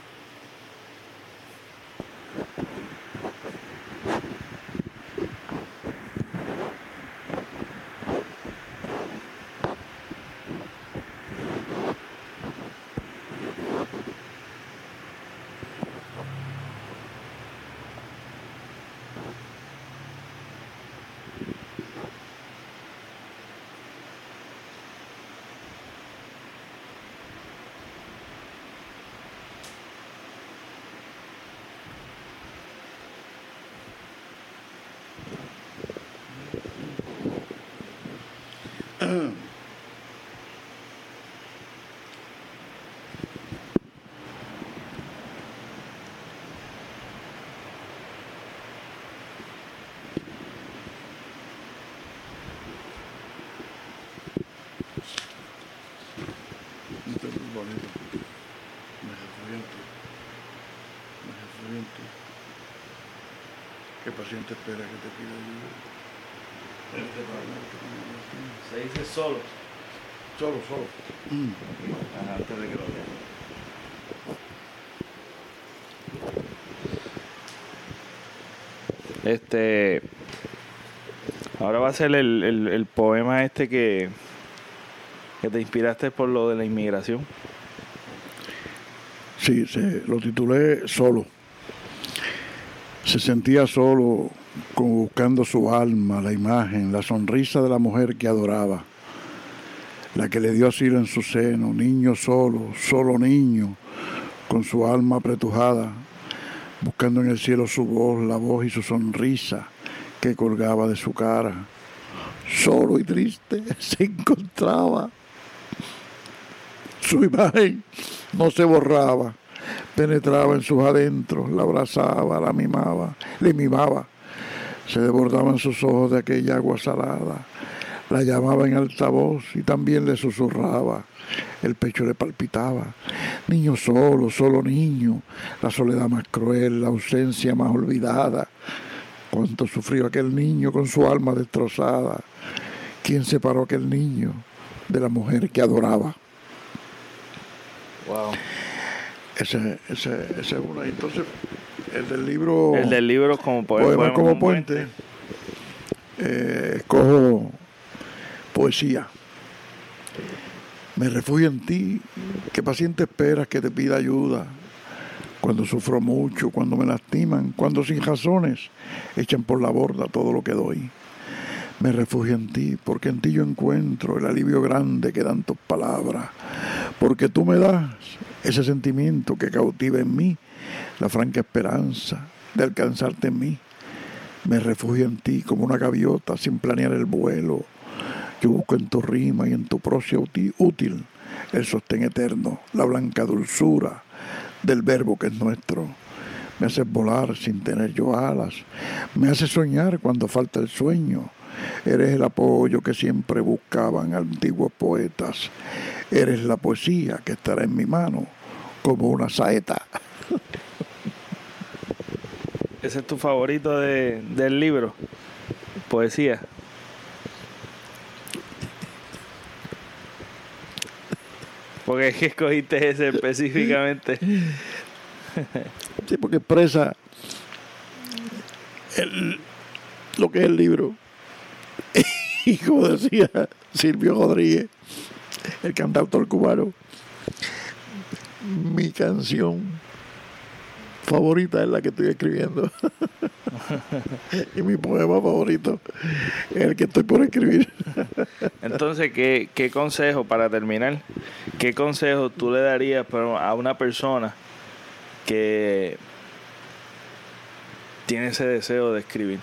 ¿Qué paciente espera que te pida ayuda? Se dice solo. Solo. Ajá, antes de que lo lea. Ahora va a ser el poema que te inspiraste por lo de la inmigración. Sí, lo titulé Solo. Se sentía solo, como buscando su alma, la imagen, la sonrisa de la mujer que adoraba, la que le dio asilo en su seno, niño solo niño, con su alma apretujada, buscando en el cielo su voz, la voz y su sonrisa que colgaba de su cara. Solo y triste se encontraba. Su imagen no se borraba, penetraba en sus adentros, la abrazaba, le mimaba. Se desbordaban sus ojos de aquella agua salada. La llamaba en altavoz y también le susurraba. El pecho le palpitaba. Niño solo, solo niño. La soledad más cruel, la ausencia más olvidada. Cuánto sufrió aquel niño con su alma destrozada. ¿Quién separó a aquel niño de la mujer que adoraba? Wow. Ese es uno. Entonces, el del libro... El del libro como Poema como puente. Escojo poesía. Me refugio en ti, que paciente esperas que te pida ayuda. Cuando sufro mucho, cuando me lastiman, cuando sin razones echan por la borda todo lo que doy. Me refugio en ti, porque en ti yo encuentro el alivio grande que dan tus palabras. Porque tú me das ese sentimiento que cautiva en mí la franca esperanza de alcanzarte en mí. Me refugio en ti como una gaviota sin planear el vuelo. Yo busco en tu rima y en tu prosa útil el sostén eterno, la blanca dulzura del verbo que es nuestro. Me haces volar sin tener yo alas, me haces soñar cuando falta el sueño. Eres el apoyo que siempre buscaban antiguos poetas. Eres la poesía que estará en mi mano como una saeta. ¿Ese es tu favorito del libro? Poesía. Porque es que escogiste ese específicamente. Sí, porque expresa lo que es el libro. Y como decía Silvio Rodríguez, el cantautor cubano, mi canción favorita es la que estoy escribiendo. Y mi poema favorito es el que estoy por escribir. Entonces, ¿qué consejo, para terminar, qué consejo tú le darías a una persona que tiene ese deseo de escribir?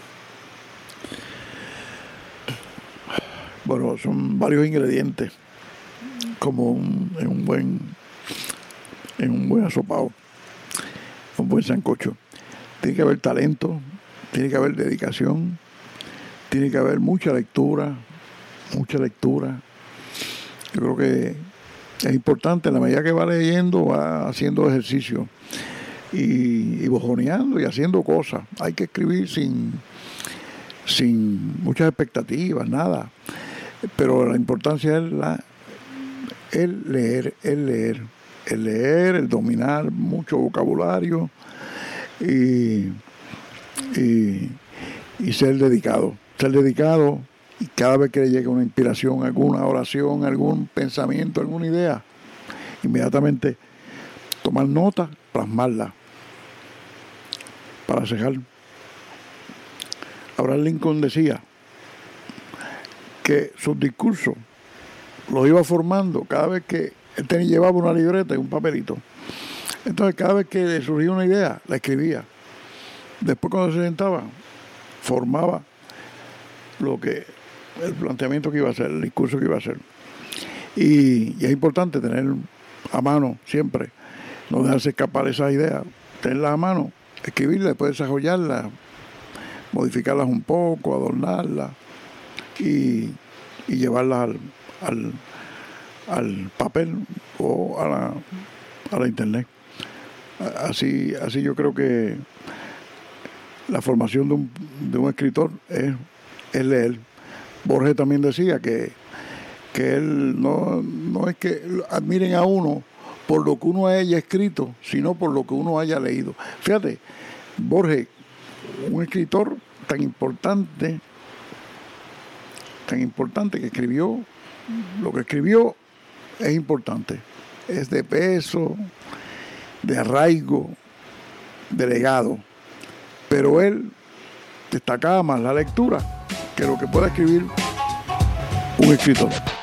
Bueno, son varios ingredientes, como en un buen asopado, un buen sancocho. Tiene que haber talento, tiene que haber dedicación, tiene que haber mucha lectura. Yo creo que es importante, en la medida que va leyendo, va haciendo ejercicio y bojoneando y haciendo cosas. Hay que escribir sin muchas expectativas, nada. Pero la importancia es el leer, el dominar mucho vocabulario y ser dedicado. Y cada vez que le llegue una inspiración, alguna oración, algún pensamiento, alguna idea, inmediatamente tomar nota, plasmarla para cejar. Abraham Lincoln decía que sus discursos los iba formando cada vez que él llevaba una libreta y un papelito. Entonces cada vez que le surgía una idea, la escribía. Después cuando se sentaba, formaba el planteamiento que iba a hacer, el discurso que iba a hacer. Y es importante tener a mano siempre, no dejarse escapar esas ideas, tenerlas a mano, escribirlas, después desarrollarlas, modificarlas un poco, adornarlas y llevarlas al papel o a la internet. Así yo creo que la formación de un escritor es leer. Borges también decía que él no es que admiren a uno por lo que uno haya escrito, sino por lo que uno haya leído. Fíjate, Borges, un escritor tan importante que escribió, lo que escribió es importante, es de peso, de arraigo, de legado, pero él destacaba más la lectura que lo que pueda escribir un escritor.